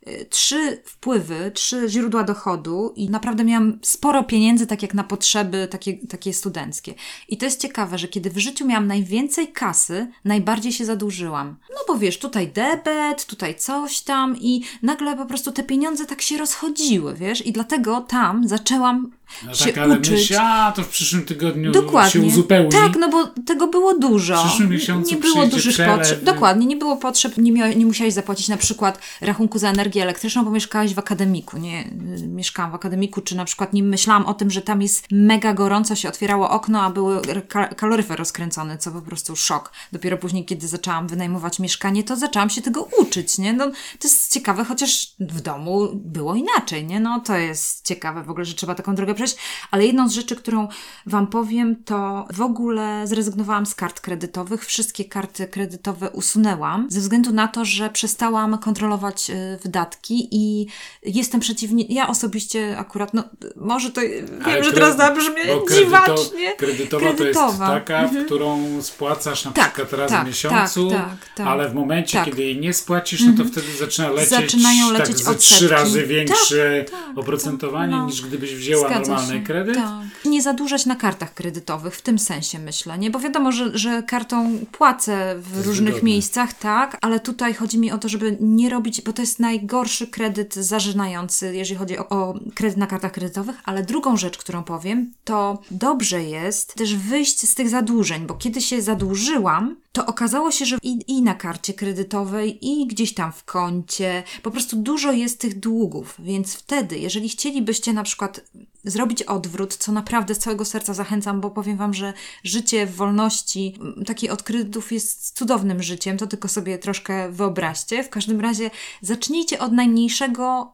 3 wpływy, 3 źródła dochodu i naprawdę miałam sporo pieniędzy, tak jak na potrzeby takie studenckie. I to jest ciekawe, że kiedy w życiu miałam najwięcej kasy, najbardziej się zadłużyłam. No bo wiesz, tutaj debet, tutaj coś tam i nagle po prostu te pieniądze tak się rozchodziły, wiesz, i dlatego tam zaczęłam się ale uczyć. To w przyszłym tygodniu Dokładnie. się uzupełni. Tak, no bo tego było dużo. W przyszłym miesiącu nie było dużych przelew. potrzeb. Dokładnie, nie było potrzeb, nie musiałeś zapłacić na przykład rachunku za energię elektryczną, bo mieszkałaś w akademiku, nie? Mieszkałam w akademiku, czy na przykład nie myślałam o tym, że tam jest mega gorąco, się otwierało okno, a były kaloryfer rozkręcony, co po prostu szok. Dopiero później, kiedy zaczęłam wynajmować mieszkanie, to zaczęłam się tego uczyć, nie? No, to jest ciekawe, chociaż w domu było inaczej, nie? No, to jest ciekawe w ogóle, że trzeba taką drogę przejść, ale jedną z rzeczy, którą wam powiem, to w ogóle zrezygnowałam z kart kredytowych. Wszystkie karty kredytowe usunęłam ze względu na to, że przestałam kontrolować wydatki i jestem przeciwnie. Ja osobiście akurat, no może to wiem, że teraz zabrzmie dziwacznie. Kredytowa to jest taka, w którą spłacasz na przykład raz w miesiącu, ale w momencie, kiedy jej nie spłacisz, no to wtedy zaczynają lecieć ze 3 razy większe oprocentowanie niż gdybyś wzięła normalny kredyt. Tak. Nie zadłużać na kartach kredytowych, w tym sensie myślę, nie? Bo wiadomo, że kartą płacę w różnych miejscach, tak, ale tutaj chodzi mi o to, żeby nie robić, bo to jest najgorszy kredyt zażynający, jeżeli chodzi o kredyt na kartach kredytowych, ale drugą rzecz, którą powiem, to dobrze jest też wyjść z tych zadłużeń, bo kiedy się zadłużyłam, to okazało się, że i na karcie kredytowej, i gdzieś tam w koncie, po prostu dużo jest tych długów, więc wtedy, jeżeli chcielibyście na przykład zrobić odwrót, co naprawdę z całego serca zachęcam, bo powiem wam, że życie w wolności, takiej od kredytów jest cudownym życiem, to tylko sobie troszkę wyobraźcie. W każdym razie zacznijcie od najmniejszego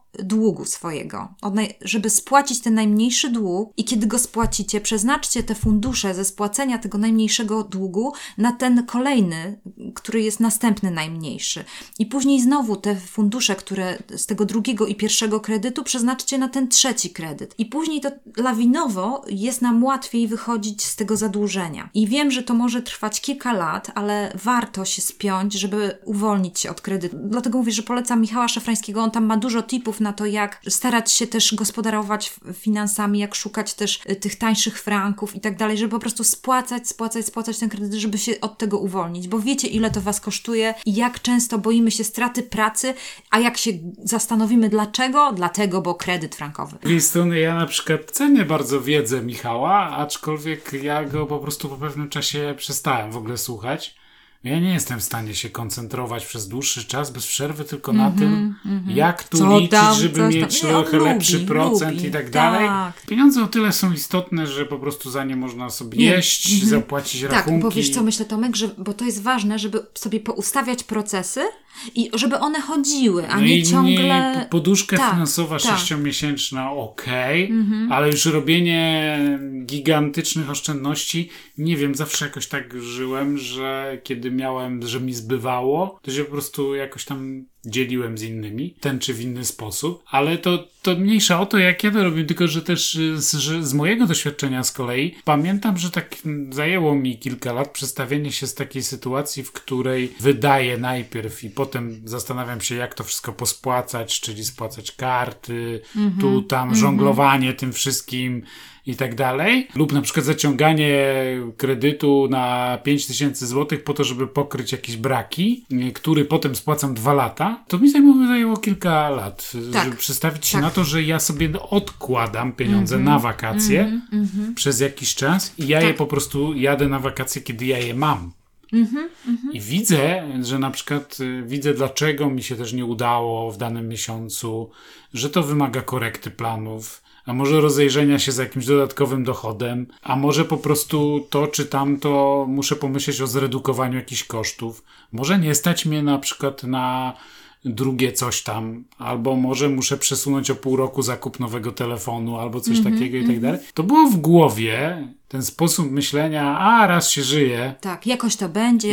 długu swojego, żeby spłacić ten najmniejszy dług i kiedy go spłacicie, przeznaczcie te fundusze ze spłacenia tego najmniejszego długu na ten kolejny, który jest następny najmniejszy. I później znowu te fundusze, które z tego drugiego i pierwszego kredytu przeznaczcie na ten trzeci kredyt. I później to lawinowo jest nam łatwiej wychodzić z tego zadłużenia. I wiem, że to może trwać kilka lat, ale warto się spiąć, żeby uwolnić się od kredytu. Dlatego mówię, że polecam Michała Szafrańskiego. On tam ma dużo tipów na to, jak starać się też gospodarować finansami, jak szukać też tych tańszych franków i tak dalej, żeby po prostu spłacać ten kredyt, żeby się od tego uwolnić. Bo wiecie, ile to was kosztuje i jak często boimy się straty pracy, a jak się zastanowimy dlaczego? Dlatego, bo kredyt frankowy. Z drugiej strony ja na przykład cenię bardzo wiedzę Michała, aczkolwiek ja go po prostu po pewnym czasie przestałem w ogóle słuchać. Ja nie jestem w stanie się koncentrować przez dłuższy czas bez przerwy tylko na tym, jak tu liczyć, żeby mieć trochę lepszy procent i tak dalej. Pieniądze o tyle są istotne, że po prostu za nie można sobie jeść, zapłacić rachunki. Tak, bo wiesz co, myślę Tomek, bo to jest ważne, żeby sobie poustawiać procesy i żeby one chodziły, a nie ciągle... Poduszka finansowa 6-miesięczna ale już robienie gigantycznych oszczędności, nie wiem, zawsze jakoś tak żyłem, że kiedy miałem, że mi zbywało, to się po prostu jakoś tam dzieliłem z innymi, ten czy w inny sposób, ale to mniejsza o to, jak ja to robię, tylko że też z mojego doświadczenia z kolei pamiętam, że tak zajęło mi kilka lat przestawienie się z takiej sytuacji, w której wydaję najpierw i potem zastanawiam się, jak to wszystko pospłacać, czyli spłacać karty, tu, tam, żonglowanie tym wszystkim i tak dalej, lub na przykład zaciąganie kredytu na 5000 zł po to, żeby pokryć jakieś braki, który potem spłacam 2 lata, to mi zajęło kilka lat, żeby przestawić się na to, że ja sobie odkładam pieniądze na wakacje przez jakiś czas i ja je po prostu jadę na wakacje, kiedy ja je mam. I widzę, że na przykład dlaczego mi się też nie udało w danym miesiącu, że to wymaga korekty planów, a może rozejrzenia się za jakimś dodatkowym dochodem, a może po prostu to czy tamto muszę pomyśleć o zredukowaniu jakichś kosztów. Może nie stać mnie na przykład na drugie coś tam, albo może muszę przesunąć o pół roku zakup nowego telefonu, albo coś takiego i tak dalej. To było w głowie, ten sposób myślenia, raz się żyje. Tak, jakoś to będzie,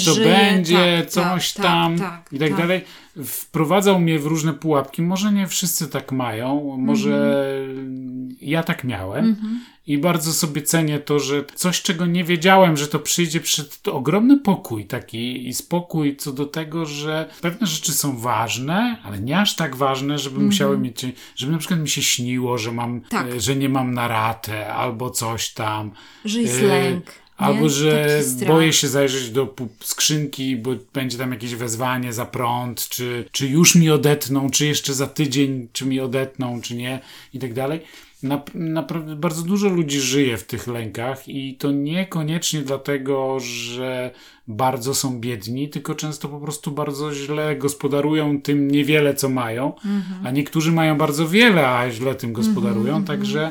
coś tam i tak dalej. Wprowadzał mnie w różne pułapki. Może nie wszyscy tak mają, może ja tak miałem. I bardzo sobie cenię to, że coś, czego nie wiedziałem, że to przyjdzie przed ogromny pokój taki i spokój co do tego, że pewne rzeczy są ważne, ale nie aż tak ważne, żeby musiały mieć, żeby na przykład mi się śniło, że mam, że nie mam na ratę albo coś tam. Że jest lęk. Albo że boję się zajrzeć do skrzynki, bo będzie tam jakieś wezwanie za prąd, czy już mi odetną, czy jeszcze za tydzień, czy mi odetną, czy nie i tak dalej. Naprawdę bardzo dużo ludzi żyje w tych lękach i to niekoniecznie dlatego, że bardzo są biedni, tylko często po prostu bardzo źle gospodarują tym niewiele, co mają, a niektórzy mają bardzo wiele, a źle tym gospodarują, także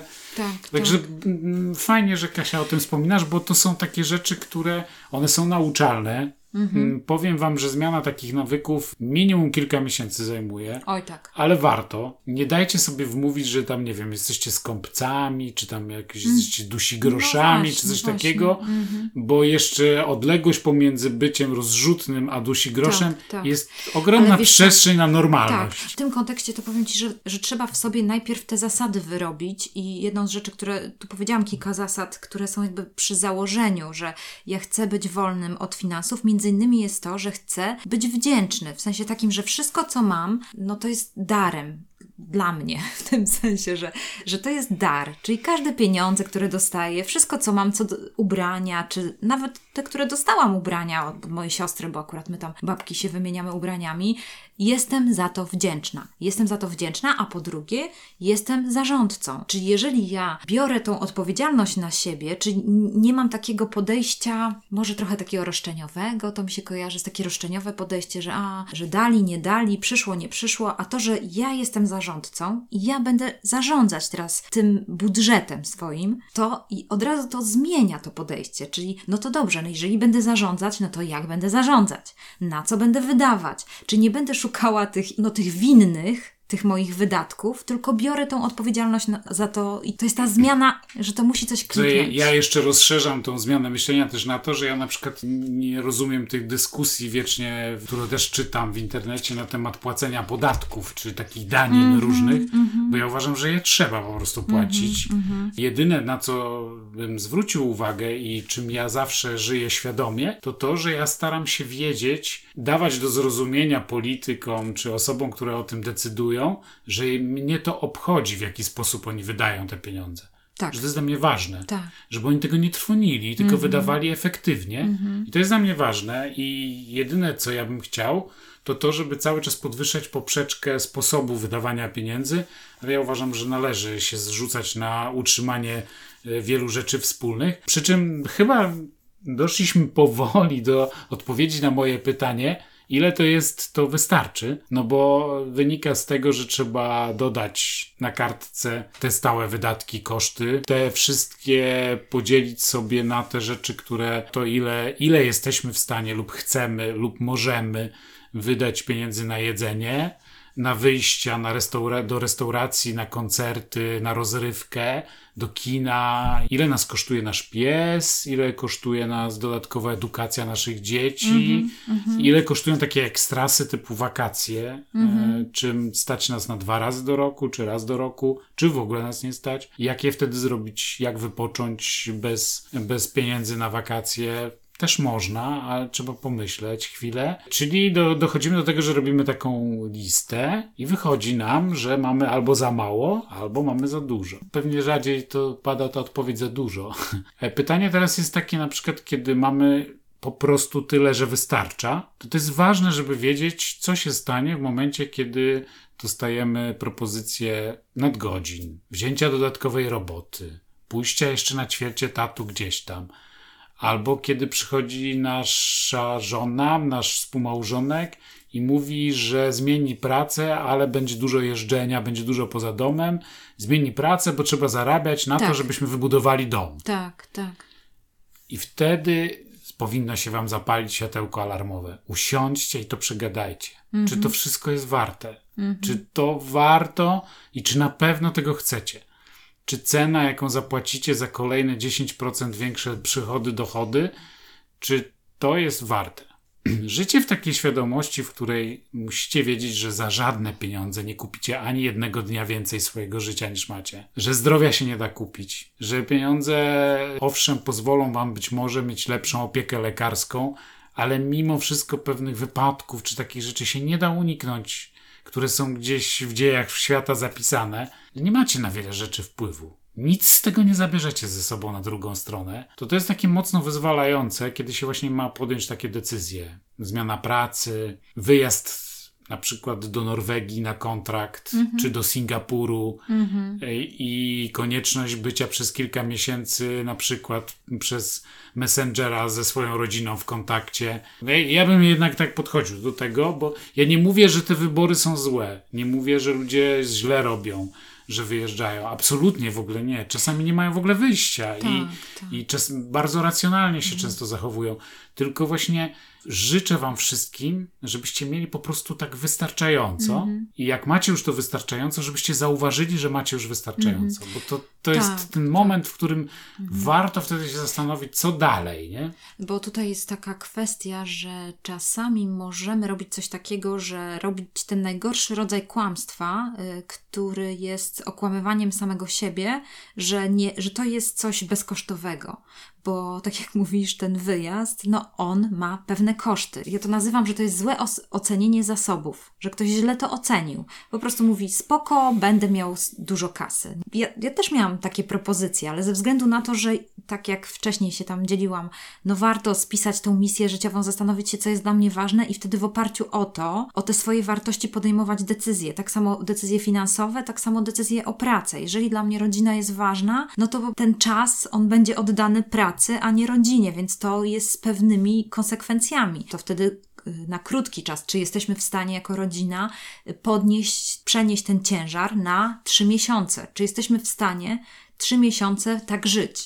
fajnie, że Kasia o tym wspominasz, bo to są takie rzeczy, które one są nauczalne. Powiem wam, że zmiana takich nawyków minimum kilka miesięcy zajmuje. Oj tak. Ale warto. Nie dajcie sobie wmówić, że tam, nie wiem, jesteście skąpcami, czy tam jakieś jesteście dusi groszami, czy coś takiego, bo jeszcze odległość pomiędzy byciem rozrzutnym a dusi groszem jest ogromna przestrzeń na normalność. Tak, w tym kontekście to powiem ci, że trzeba w sobie najpierw te zasady wyrobić i jedną z rzeczy, które, tu powiedziałam kilka zasad, które są jakby przy założeniu, że ja chcę być wolnym od finansów, między innymi jest to, że chcę być wdzięczny, w sensie takim, że wszystko, co mam, no to jest darem dla mnie, w tym sensie, że to jest dar, czyli każde pieniądze, które dostaję, wszystko, co mam, co do ubrania, czy nawet te, które dostałam ubrania od mojej siostry, bo akurat my tam babki się wymieniamy ubraniami, jestem za to wdzięczna. Jestem za to wdzięczna, a po drugie jestem zarządcą. Czyli jeżeli ja biorę tą odpowiedzialność na siebie, czyli nie mam takiego podejścia, może trochę takiego roszczeniowego, to mi się kojarzy z takie roszczeniowe podejście, że dali, nie dali, przyszło, nie przyszło, a to, że ja jestem zarządcą i ja będę zarządzać teraz tym budżetem swoim, to i od razu to zmienia to podejście, czyli no to dobrze, no jeżeli będę zarządzać, no to jak będę zarządzać? Na co będę wydawać? Czy nie będę szukała tych winnych, tych moich wydatków, tylko biorę tą odpowiedzialność za to i to jest ta zmiana, że to musi coś kliknąć. Ja jeszcze rozszerzam tą zmianę myślenia też na to, że ja na przykład nie rozumiem tych dyskusji wiecznie, które też czytam w internecie na temat płacenia podatków, czy takich danin różnych, bo ja uważam, że je trzeba po prostu płacić. Jedyne, na co bym zwrócił uwagę i czym ja zawsze żyję świadomie, to to, że ja staram się wiedzieć, dawać do zrozumienia politykom, czy osobom, które o tym decydują, że mnie to obchodzi, w jaki sposób oni wydają te pieniądze. Tak. Że to jest dla mnie ważne. Tak. Żeby oni tego nie trwonili, tylko wydawali efektywnie. I to jest dla mnie ważne i jedyne, co ja bym chciał, to to, żeby cały czas podwyższać poprzeczkę sposobu wydawania pieniędzy, ale ja uważam, że należy się zrzucać na utrzymanie wielu rzeczy wspólnych. Przy czym chyba doszliśmy powoli do odpowiedzi na moje pytanie, ile to wystarczy, no bo wynika z tego, że trzeba dodać na kartce te stałe wydatki, koszty, te wszystkie podzielić sobie na te rzeczy, które to ile jesteśmy w stanie lub chcemy lub możemy wydać pieniędzy na jedzenie, na wyjścia do restauracji, na koncerty, na rozrywkę, do kina, ile nas kosztuje nasz pies, ile kosztuje nas dodatkowa edukacja naszych dzieci, ile kosztują takie ekstrasy typu wakacje, czym stać nas na 2 razy do roku, czy raz do roku, czy w ogóle nas nie stać, jak je wtedy zrobić, jak wypocząć bez pieniędzy na wakacje. Też można, ale trzeba pomyśleć chwilę. Czyli dochodzimy do tego, że robimy taką listę i wychodzi nam, że mamy albo za mało, albo mamy za dużo. Pewnie rzadziej to pada ta odpowiedź za dużo. Pytanie teraz jest takie, na przykład, kiedy mamy po prostu tyle, że wystarcza, to jest ważne, żeby wiedzieć, co się stanie w momencie, kiedy dostajemy propozycję nadgodzin, wzięcia dodatkowej roboty, pójścia jeszcze na ćwierć etatu gdzieś tam. Albo kiedy przychodzi nasza żona, nasz współmałżonek i mówi, że zmieni pracę, ale będzie dużo jeżdżenia, będzie dużo poza domem. Zmieni pracę, bo trzeba zarabiać na to, żebyśmy wybudowali dom. Tak, tak. I wtedy powinno się wam zapalić światełko alarmowe. Usiądźcie i to przegadajcie. Czy to wszystko jest warte? Czy to warto i czy na pewno tego chcecie? Czy cena, jaką zapłacicie za kolejne 10% większe przychody, dochody, czy to jest warte? Życie w takiej świadomości, w której musicie wiedzieć, że za żadne pieniądze nie kupicie ani jednego dnia więcej swojego życia niż macie. Że zdrowia się nie da kupić. Że pieniądze, owszem, pozwolą wam być może mieć lepszą opiekę lekarską, ale mimo wszystko pewnych wypadków czy takich rzeczy się nie da uniknąć, które są gdzieś w dziejach świata zapisane, nie macie na wiele rzeczy wpływu. Nic z tego nie zabierzecie ze sobą na drugą stronę. To jest takie mocno wyzwalające, kiedy się właśnie ma podjąć takie decyzje. Zmiana pracy, wyjazd na przykład do Norwegii na kontrakt, czy do Singapuru i konieczność bycia przez kilka miesięcy na przykład przez Messengera ze swoją rodziną w kontakcie. Ja bym jednak tak podchodził do tego, bo ja nie mówię, że te wybory są złe. Nie mówię, że ludzie źle robią, że wyjeżdżają. Absolutnie w ogóle nie. Czasami nie mają w ogóle wyjścia i bardzo racjonalnie się często zachowują. Tylko właśnie życzę wam wszystkim, żebyście mieli po prostu tak wystarczająco i jak macie już to wystarczająco, żebyście zauważyli, że macie już wystarczająco. Bo to jest ten moment, w którym warto wtedy się zastanowić, co dalej, nie? Bo tutaj jest taka kwestia, że czasami możemy robić coś takiego, że robić ten najgorszy rodzaj kłamstwa, który jest okłamywaniem samego siebie, że to jest coś bezkosztowego. Bo tak jak mówisz, ten wyjazd, on ma pewne koszty. Ja to nazywam, że to jest złe ocenienie zasobów, że ktoś źle to ocenił. Po prostu mówi, spoko, będę miał dużo kasy. Ja też miałam takie propozycje, ale ze względu na to, że tak jak wcześniej się tam dzieliłam, warto spisać tą misję życiową, zastanowić się, co jest dla mnie ważne i wtedy w oparciu o te swoje wartości podejmować decyzje. Tak samo decyzje finansowe, tak samo decyzje o pracy. Jeżeli dla mnie rodzina jest ważna, to ten czas, on będzie oddany pracy, a nie rodzinie, więc to jest z pewnymi konsekwencjami. To wtedy na krótki czas, czy jesteśmy w stanie jako rodzina przenieść ten ciężar na 3 miesiące? Czy jesteśmy w stanie 3 miesiące tak żyć?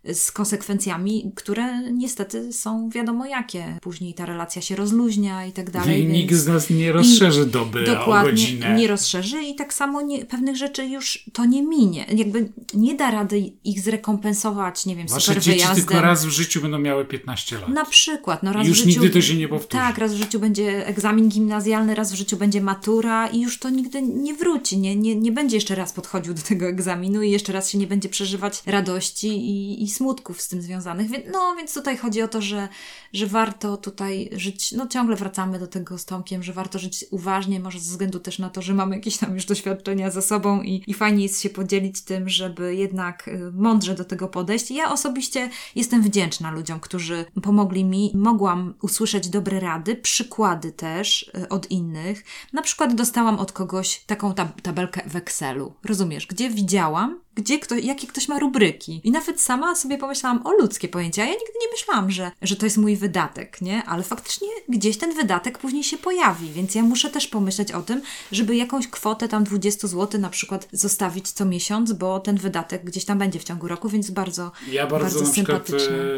z konsekwencjami, które niestety są wiadomo jakie. Później ta relacja się rozluźnia i tak dalej. I nikt z nas nie rozszerzy doby o godzinę. Nie rozszerzy i tak samo pewnych rzeczy już to nie minie. Jakby nie da rady ich zrekompensować, nie wiem, super wyjazdem. Wasze dzieci tylko raz w życiu będą miały 15 lat. Na przykład. No raz już w życiu, nigdy to się nie powtórzy. Tak, raz w życiu będzie egzamin gimnazjalny, raz w życiu będzie matura i już to nigdy nie wróci. Nie będzie jeszcze raz podchodził do tego egzaminu i jeszcze raz się nie będzie przeżywać radości i smutków z tym związanych. Więc tutaj chodzi o to, że warto tutaj żyć, ciągle wracamy do tego z Tomkiem, że warto żyć uważnie, może ze względu też na to, że mamy jakieś tam już doświadczenia za sobą i fajnie jest się podzielić tym, żeby jednak mądrze do tego podejść. Ja osobiście jestem wdzięczna ludziom, którzy pomogli mi. Mogłam usłyszeć dobre rady, przykłady też od innych. Na przykład dostałam od kogoś taką tabelkę w Excelu, rozumiesz, gdzie widziałam, jakie ktoś ma rubryki. I nawet sama sobie pomyślałam o ludzkie pojęcia. Ja nigdy nie myślałam, że to jest mój wydatek, nie? Ale faktycznie gdzieś ten wydatek później się pojawi, więc ja muszę też pomyśleć o tym, żeby jakąś kwotę tam 20 zł na przykład zostawić co miesiąc, bo ten wydatek gdzieś tam będzie w ciągu roku, więc bardzo na przykład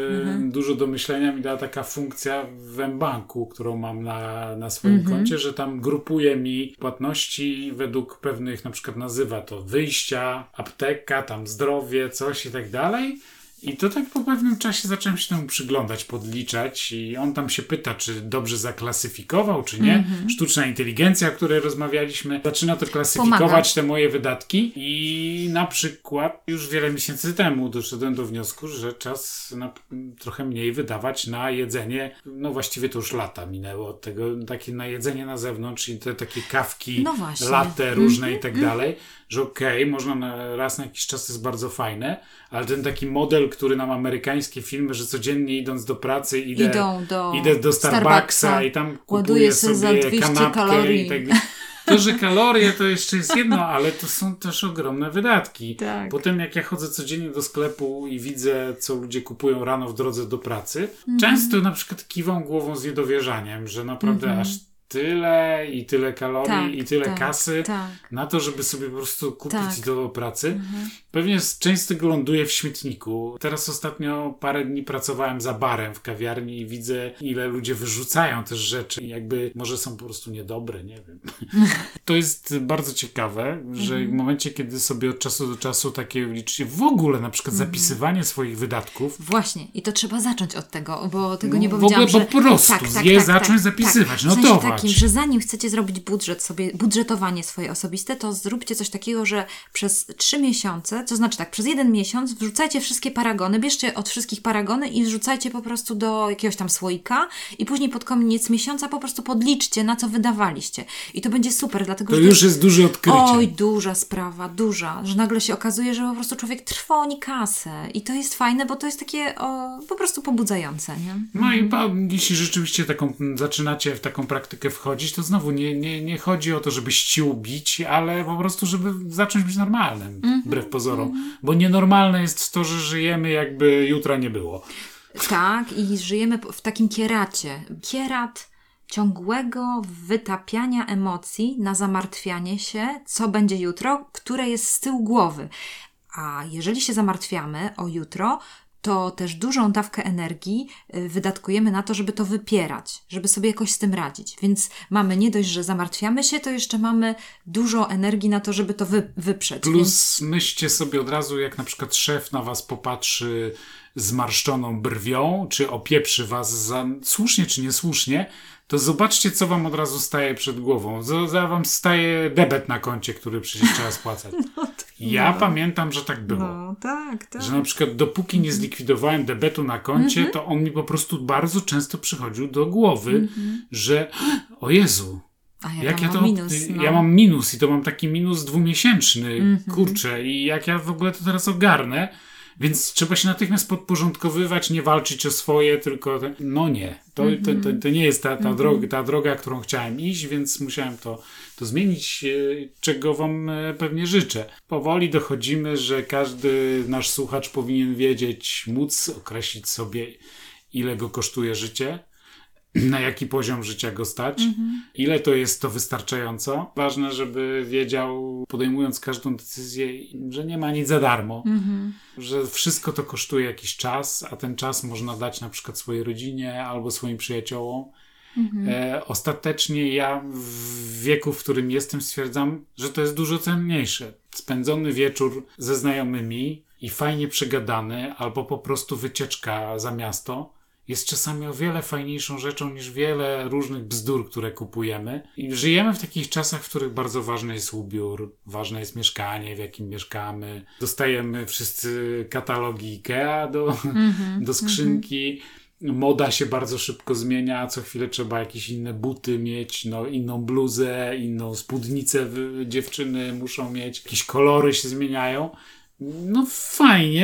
dużo do myślenia mi dała taka funkcja w mBanku, którą mam na swoim koncie, że tam grupuje mi płatności według pewnych, na przykład nazywa to wyjścia, apteka, tam zdrowie, coś i tak dalej. I to tak po pewnym czasie zacząłem się temu przyglądać, podliczać i on tam się pyta, czy dobrze zaklasyfikował, czy nie. Sztuczna inteligencja, o której rozmawialiśmy, zaczyna to klasyfikować te moje wydatki i na przykład już wiele miesięcy temu doszedłem do wniosku, że czas trochę mniej wydawać na jedzenie. No właściwie to już lata minęło od tego, takie na jedzenie na zewnątrz, czyli te takie kawki, latte różne i tak dalej, że można raz na jakiś czas, to jest bardzo fajne, ale ten taki model, który nam amerykańskie filmy, że codziennie idąc do pracy idę do Starbucksa i tam kupuję sobie kanapkę kalorii. I tak dalej. To, że kalorie to jeszcze jest jedno, ale to są też ogromne wydatki. Tak. Potem jak ja chodzę codziennie do sklepu i widzę, co ludzie kupują rano w drodze do pracy, często na przykład kiwam głową z niedowierzaniem, że naprawdę aż tyle i tyle kalorii i tyle kasy na to, żeby sobie po prostu kupić i do pracy. Pewnie część z tego ląduje w śmietniku. Teraz ostatnio parę dni pracowałem za barem w kawiarni i widzę, ile ludzie wyrzucają też rzeczy. Jakby może są po prostu niedobre, nie wiem. To jest bardzo ciekawe, że w momencie, kiedy sobie od czasu do czasu takie liczycie, w ogóle na przykład zapisywanie swoich wydatków. Właśnie. I to trzeba zacząć od tego, bo tego nie powiedziałam, w ogóle po prostu zacząć zapisywać, notować. Takim, że zanim chcecie zrobić budżetowanie swoje osobiste, to zróbcie coś takiego, że przez 3 miesiące, to znaczy tak, przez 1 miesiąc wrzucajcie wszystkie paragony, bierzcie od wszystkich paragony i wrzucajcie po prostu do jakiegoś tam słoika i później pod koniec miesiąca po prostu podliczcie, na co wydawaliście. I to będzie super, dlatego że... To już jest duże odkrycie. Oj, duża sprawa, że nagle się okazuje, że po prostu człowiek trwoni kasę i to jest fajne, bo to jest takie po prostu pobudzające, nie? No i jeśli rzeczywiście zaczynacie w taką praktykę wchodzić, to znowu nie chodzi o to, żeby ściółbić, ale po prostu, żeby zacząć być normalnym, wbrew pozorom. Bo nienormalne jest to, że żyjemy jakby jutra nie było. Tak, i żyjemy w takim kieracie. Kierat ciągłego wytapiania emocji na zamartwianie się, co będzie jutro, które jest z tyłu głowy. A jeżeli się zamartwiamy o jutro, to też dużą dawkę energii wydatkujemy na to, żeby to wypierać, żeby sobie jakoś z tym radzić. Więc mamy nie dość, że zamartwiamy się, to jeszcze mamy dużo energii na to, żeby to wyprzeć. Plus myślcie sobie od razu, jak na przykład szef na was popatrzy zmarszczoną brwią, czy opieprzy was słusznie czy niesłusznie, to zobaczcie, co wam od razu staje przed głową. Wam staje debet na koncie, który przecież trzeba spłacać. Ja pamiętam, że tak było. No, tak. Że na przykład dopóki nie zlikwidowałem debetu na koncie, to on mi po prostu bardzo często przychodził do głowy, że o Jezu, ja mam minus i to mam taki minus 2-miesięczny, kurczę, i jak ja w ogóle to teraz ogarnę, więc trzeba się natychmiast podporządkowywać, nie walczyć o swoje, tylko... nie, to nie jest ta droga, którą chciałem iść, więc musiałem to zmienić, czego wam pewnie życzę. Powoli dochodzimy, że każdy nasz słuchacz powinien móc określić sobie, ile go kosztuje życie, na jaki poziom życia go stać, ile to jest to wystarczająco. Ważne, żeby wiedział, podejmując każdą decyzję, że nie ma nic za darmo, że wszystko to kosztuje jakiś czas, a ten czas można dać na przykład swojej rodzinie albo swoim przyjaciołom. Ostatecznie ja w wieku, w którym jestem, stwierdzam, że to jest dużo cenniejsze. Spędzony wieczór ze znajomymi i fajnie przegadany, albo po prostu wycieczka za miasto jest czasami o wiele fajniejszą rzeczą niż wiele różnych bzdur, które kupujemy. I żyjemy w takich czasach, w których bardzo ważny jest ubiór, ważne jest mieszkanie, w jakim mieszkamy. Dostajemy wszyscy katalogi IKEA do skrzynki. Moda się bardzo szybko zmienia, co chwilę trzeba jakieś inne buty mieć, inną bluzę, inną spódnicę dziewczyny muszą mieć, jakieś kolory się zmieniają. No fajnie,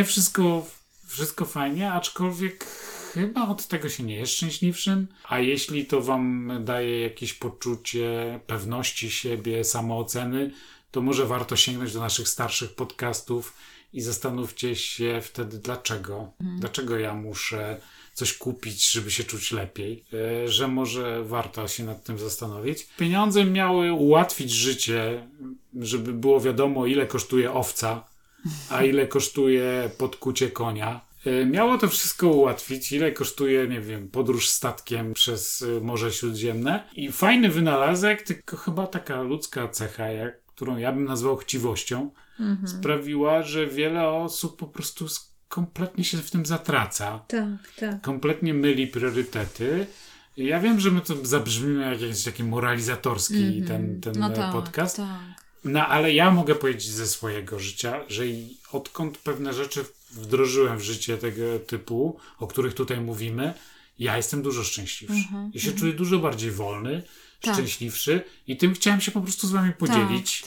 wszystko fajnie, aczkolwiek chyba od tego się nie jest szczęśliwszym, a jeśli to wam daje jakieś poczucie pewności siebie, samooceny, to może warto sięgnąć do naszych starszych podcastów i zastanówcie się wtedy dlaczego. Dlaczego ja muszę coś kupić, żeby się czuć lepiej, że może warto się nad tym zastanowić. Pieniądze miały ułatwić życie, żeby było wiadomo, ile kosztuje owca, a ile kosztuje podkucie konia. Miało to wszystko ułatwić, ile kosztuje, nie wiem, podróż statkiem przez Morze Śródziemne. I fajny wynalazek, tylko chyba taka ludzka cecha, którą ja bym nazwał chciwością, sprawiła, że wiele osób po prostu kompletnie się w tym zatraca. Tak. Kompletnie myli priorytety. Ja wiem, że my to zabrzmimy jak jakiś taki moralizatorski ten podcast. Tak. No ale ja mogę powiedzieć ze swojego życia, że odkąd pewne rzeczy wdrożyłem w życie tego typu, o których tutaj mówimy, ja jestem dużo szczęśliwszy. Ja się czuję dużo bardziej wolny, szczęśliwszy i tym chciałem się po prostu z wami podzielić,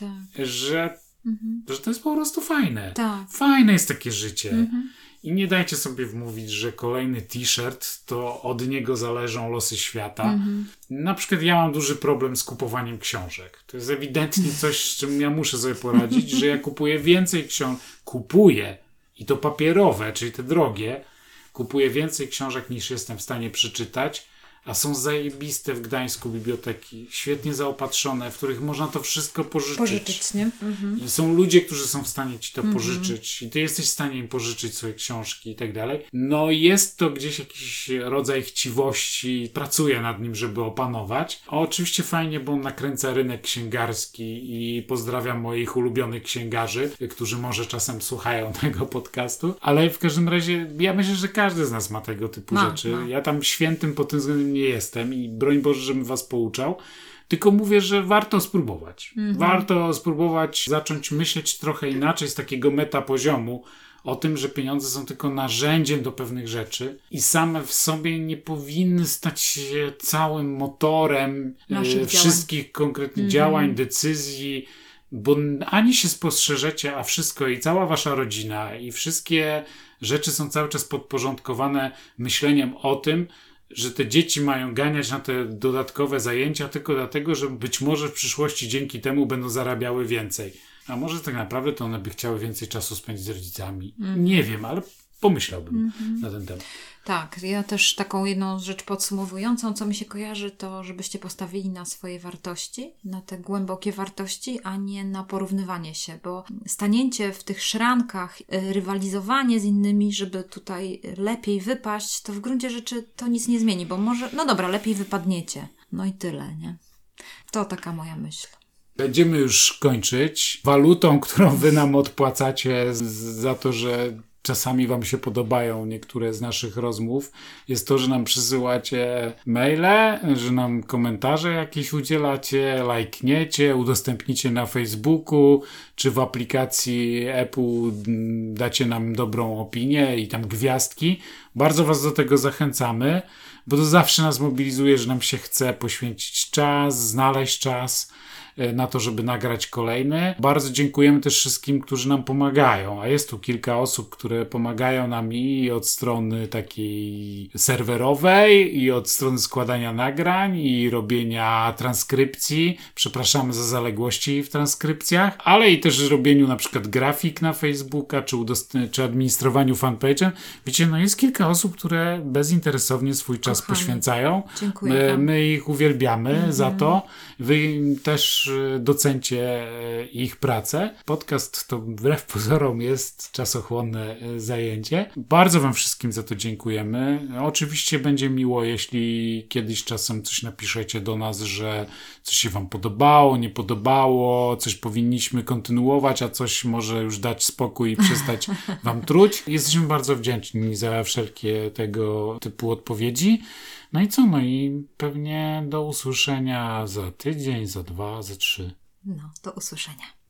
że to jest po prostu fajne. Fajne jest takie życie. I nie dajcie sobie wmówić, że kolejny t-shirt to od niego zależą losy świata. Na przykład ja mam duży problem z kupowaniem książek. To jest ewidentnie coś, z czym ja muszę sobie poradzić, że ja kupuję więcej książek. Kupuję i to papierowe, czyli te drogie. Kupuję więcej książek niż jestem w stanie przeczytać. A są zajebiste w Gdańsku biblioteki, świetnie zaopatrzone, w których można to wszystko pożyczyć. Nie? I są ludzie, którzy są w stanie ci to pożyczyć i ty jesteś w stanie im pożyczyć swoje książki i tak dalej. No jest to gdzieś jakiś rodzaj chciwości, pracuję nad nim, żeby opanować. A oczywiście fajnie, bo on nakręca rynek księgarski i pozdrawiam moich ulubionych księgarzy, którzy może czasem słuchają tego podcastu, ale w każdym razie ja myślę, że każdy z nas ma tego typu rzeczy. Ja tam świętym pod tym względem nie jestem i broń Boże, żebym was pouczał, tylko mówię, że warto spróbować. Warto spróbować zacząć myśleć trochę inaczej z takiego metapoziomu o tym, że pieniądze są tylko narzędziem do pewnych rzeczy i same w sobie nie powinny stać się całym motorem wszystkich konkretnych działań, decyzji, bo ani się spostrzeżecie, a wszystko i cała wasza rodzina i wszystkie rzeczy są cały czas podporządkowane myśleniem o tym, że te dzieci mają ganiać na te dodatkowe zajęcia tylko dlatego, że być może w przyszłości dzięki temu będą zarabiały więcej. A może tak naprawdę to one by chciały więcej czasu spędzić z rodzicami. Nie wiem, ale pomyślałbym na ten temat. Tak, ja też taką jedną rzecz podsumowującą, co mi się kojarzy, to żebyście postawili na swoje wartości, na te głębokie wartości, a nie na porównywanie się, bo stanięcie w tych szrankach, rywalizowanie z innymi, żeby tutaj lepiej wypaść, to w gruncie rzeczy to nic nie zmieni, bo może, no dobra, lepiej wypadniecie. No i tyle, nie? To taka moja myśl. Będziemy już kończyć. Walutą, którą wy nam odpłacacie za to, że czasami wam się podobają niektóre z naszych rozmów, jest to, że nam przysyłacie maile, że nam komentarze jakieś udzielacie, lajkniecie, udostępnicie na Facebooku, czy w aplikacji Apple dacie nam dobrą opinię i tam gwiazdki. Bardzo was do tego zachęcamy, bo to zawsze nas mobilizuje, że nam się chce poświęcić czas, znaleźć czas, na to, żeby nagrać kolejny. Bardzo dziękujemy też wszystkim, którzy nam pomagają, a jest tu kilka osób, które pomagają nam i od strony takiej serwerowej, i od strony składania nagrań, i robienia transkrypcji. Przepraszamy za zaległości w transkrypcjach, ale i też robieniu na przykład grafik na Facebooka, czy administrowaniu fanpage'em. Wiecie, no jest kilka osób, które bezinteresownie swój czas poświęcają. Dziękuję. My ich uwielbiamy za to. Wy też docencie ich pracę. Podcast to wbrew pozorom jest czasochłonne zajęcie. Bardzo wam wszystkim za to dziękujemy. Oczywiście będzie miło, jeśli kiedyś czasem coś napiszecie do nas, że coś się wam podobało, nie podobało, coś powinniśmy kontynuować, a coś może już dać spokój i przestać wam truć. Jesteśmy bardzo wdzięczni za wszelkie tego typu odpowiedzi. No i co? No i pewnie do usłyszenia za tydzień, za 2, za 3. No, do usłyszenia.